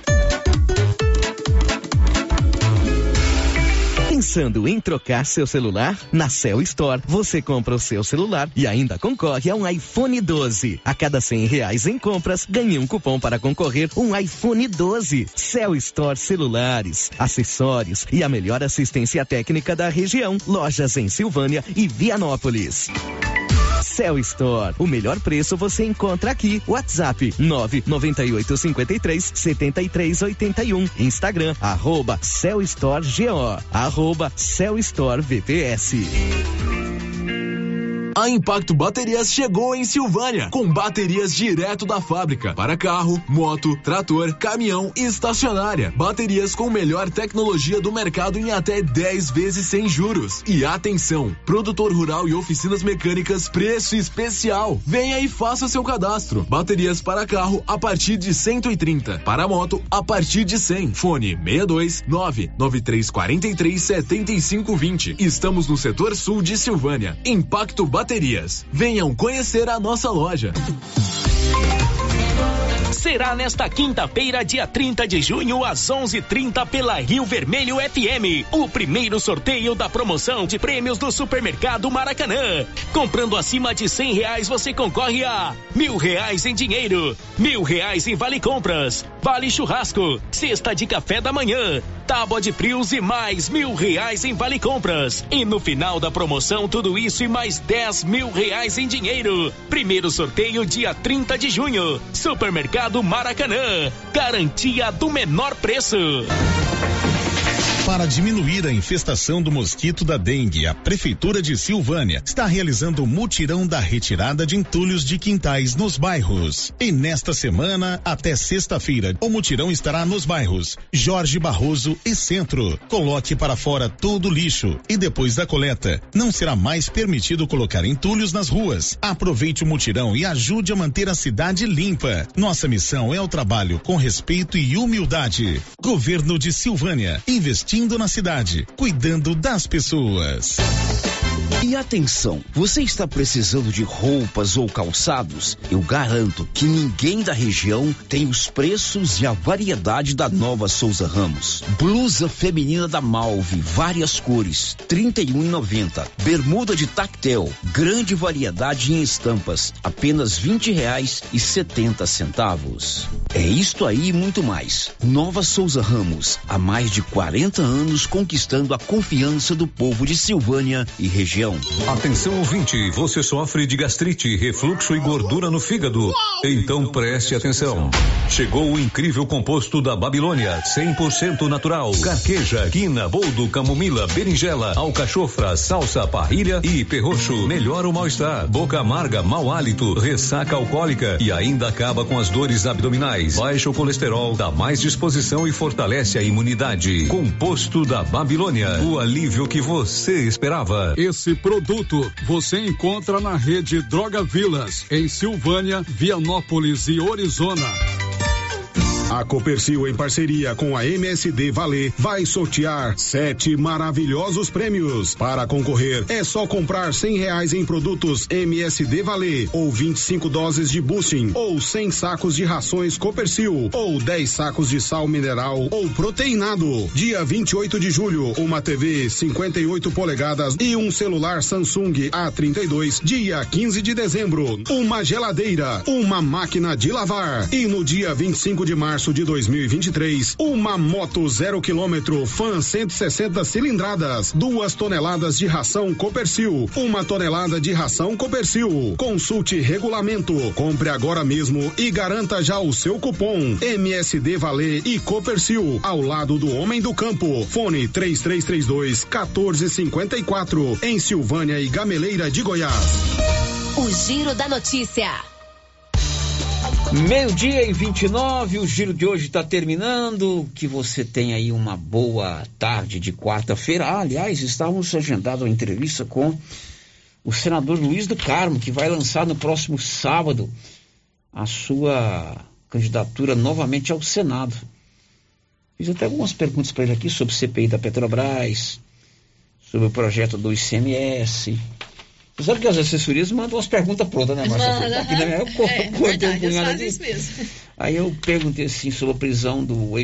Pensando em trocar seu celular? Na Cell Store, você compra o seu celular e ainda concorre a um iPhone 12. A cada R$100 em compras, ganhe um cupom para concorrer um iPhone 12. Cell Store Celulares, acessórios e a melhor assistência técnica da região. Lojas em Silvânia e Vianópolis. Cell Store, o melhor preço você encontra aqui. WhatsApp 99853-7381. Instagram @Cell Store GO, @Cell Store VPS. A Impacto Baterias chegou em Silvânia, com baterias direto da fábrica, para carro, moto, trator, caminhão e estacionária. Baterias com melhor tecnologia do mercado em até 10 vezes sem juros. E atenção, produtor rural e oficinas mecânicas, preço especial. Venha e faça seu cadastro. Baterias para carro a partir de 130, para moto a partir de 100. Fone 62993437520. Estamos no setor sul de Silvânia. Impacto Baterias. Venham conhecer a nossa loja. Será nesta quinta-feira, dia 30 de junho, às 11h30, pela Rio Vermelho FM, o primeiro sorteio da promoção de prêmios do Supermercado Maracanã. Comprando acima de R$100, você concorre a R$1.000 em dinheiro, R$1.000 em vale compras, vale churrasco, cesta de café da manhã, tábua de frios e mais R$1.000 em vale compras. E no final da promoção, tudo isso e mais R$10.000 em dinheiro. Primeiro sorteio, dia 30 de junho. Supermercado Maracanã, garantia do menor preço. Para diminuir a infestação do mosquito da dengue, a Prefeitura de Silvânia está realizando o mutirão da retirada de entulhos de quintais nos bairros. E nesta semana, até sexta-feira, o mutirão estará nos bairros Jorge Barroso e Centro. Coloque para fora todo o lixo e depois da coleta, não será mais permitido colocar entulhos nas ruas. Aproveite o mutirão e ajude a manter a cidade limpa. Nossa missão é o trabalho com respeito e humildade. Governo de Silvânia, investindo na cidade, cuidando das pessoas. E atenção, você está precisando de roupas ou calçados? Eu garanto que ninguém da região tem os preços e a variedade da Nova Souza Ramos. Blusa feminina da Malve, várias cores, R$31,90. Bermuda de tactel, grande variedade em estampas, apenas R$20,70. É isto aí e muito mais. Nova Souza Ramos, há mais de 40 anos conquistando a confiança do povo de Silvânia e região. Atenção ouvinte, você sofre de gastrite, refluxo e gordura no fígado? Então preste atenção. Chegou o incrível composto da Babilônia, 100% natural. Carqueja, quina, boldo, camomila, berinjela, alcachofra, salsa, parrilha e perroxo. Melhora o mal-estar, boca amarga, mau hálito, ressaca alcoólica e ainda acaba com as dores abdominais. Baixa o colesterol, dá mais disposição e fortalece a imunidade. Composto da Babilônia, o alívio que você esperava. Esse produto você encontra na rede Droga Vilas, em Silvânia, Vianópolis e Orizona. A Copercil, em parceria com a MSD Valer, vai sortear 7 maravilhosos prêmios. Para concorrer, é só comprar R$100 em produtos MSD Valer, ou 25 doses de boosting, ou 100 sacos de rações Copercil, ou 10 sacos de sal mineral ou proteinado. Dia 28 de julho, uma TV 58 polegadas e um celular Samsung A32. Dia 15 de dezembro, uma geladeira, uma máquina de lavar. E no dia 25 de março de 2023, uma moto 0 km Fan 160 cilindradas, 2 toneladas de ração Copercil, 1 tonelada de ração Copercil. Consulte regulamento, compre agora mesmo e garanta já o seu cupom MSD Valer e Copercil, ao lado do Homem do Campo. Fone 3332-1454, em Silvânia e Gameleira de Goiás. O Giro da Notícia. 12:29, o giro de hoje está terminando. Que você tenha aí uma boa tarde de quarta-feira. Aliás, estávamos agendando uma entrevista com o senador Luiz do Carmo, que vai lançar no próximo sábado a sua candidatura novamente ao Senado. Fiz até algumas perguntas para ele aqui sobre o CPI da Petrobras, sobre o projeto do ICMS. Você sabe que as assessorias mandam umas perguntas prontas, né, Márcia? Aqui na minha, eu cortei um punhado aqui. Aí eu perguntei assim sobre a prisão do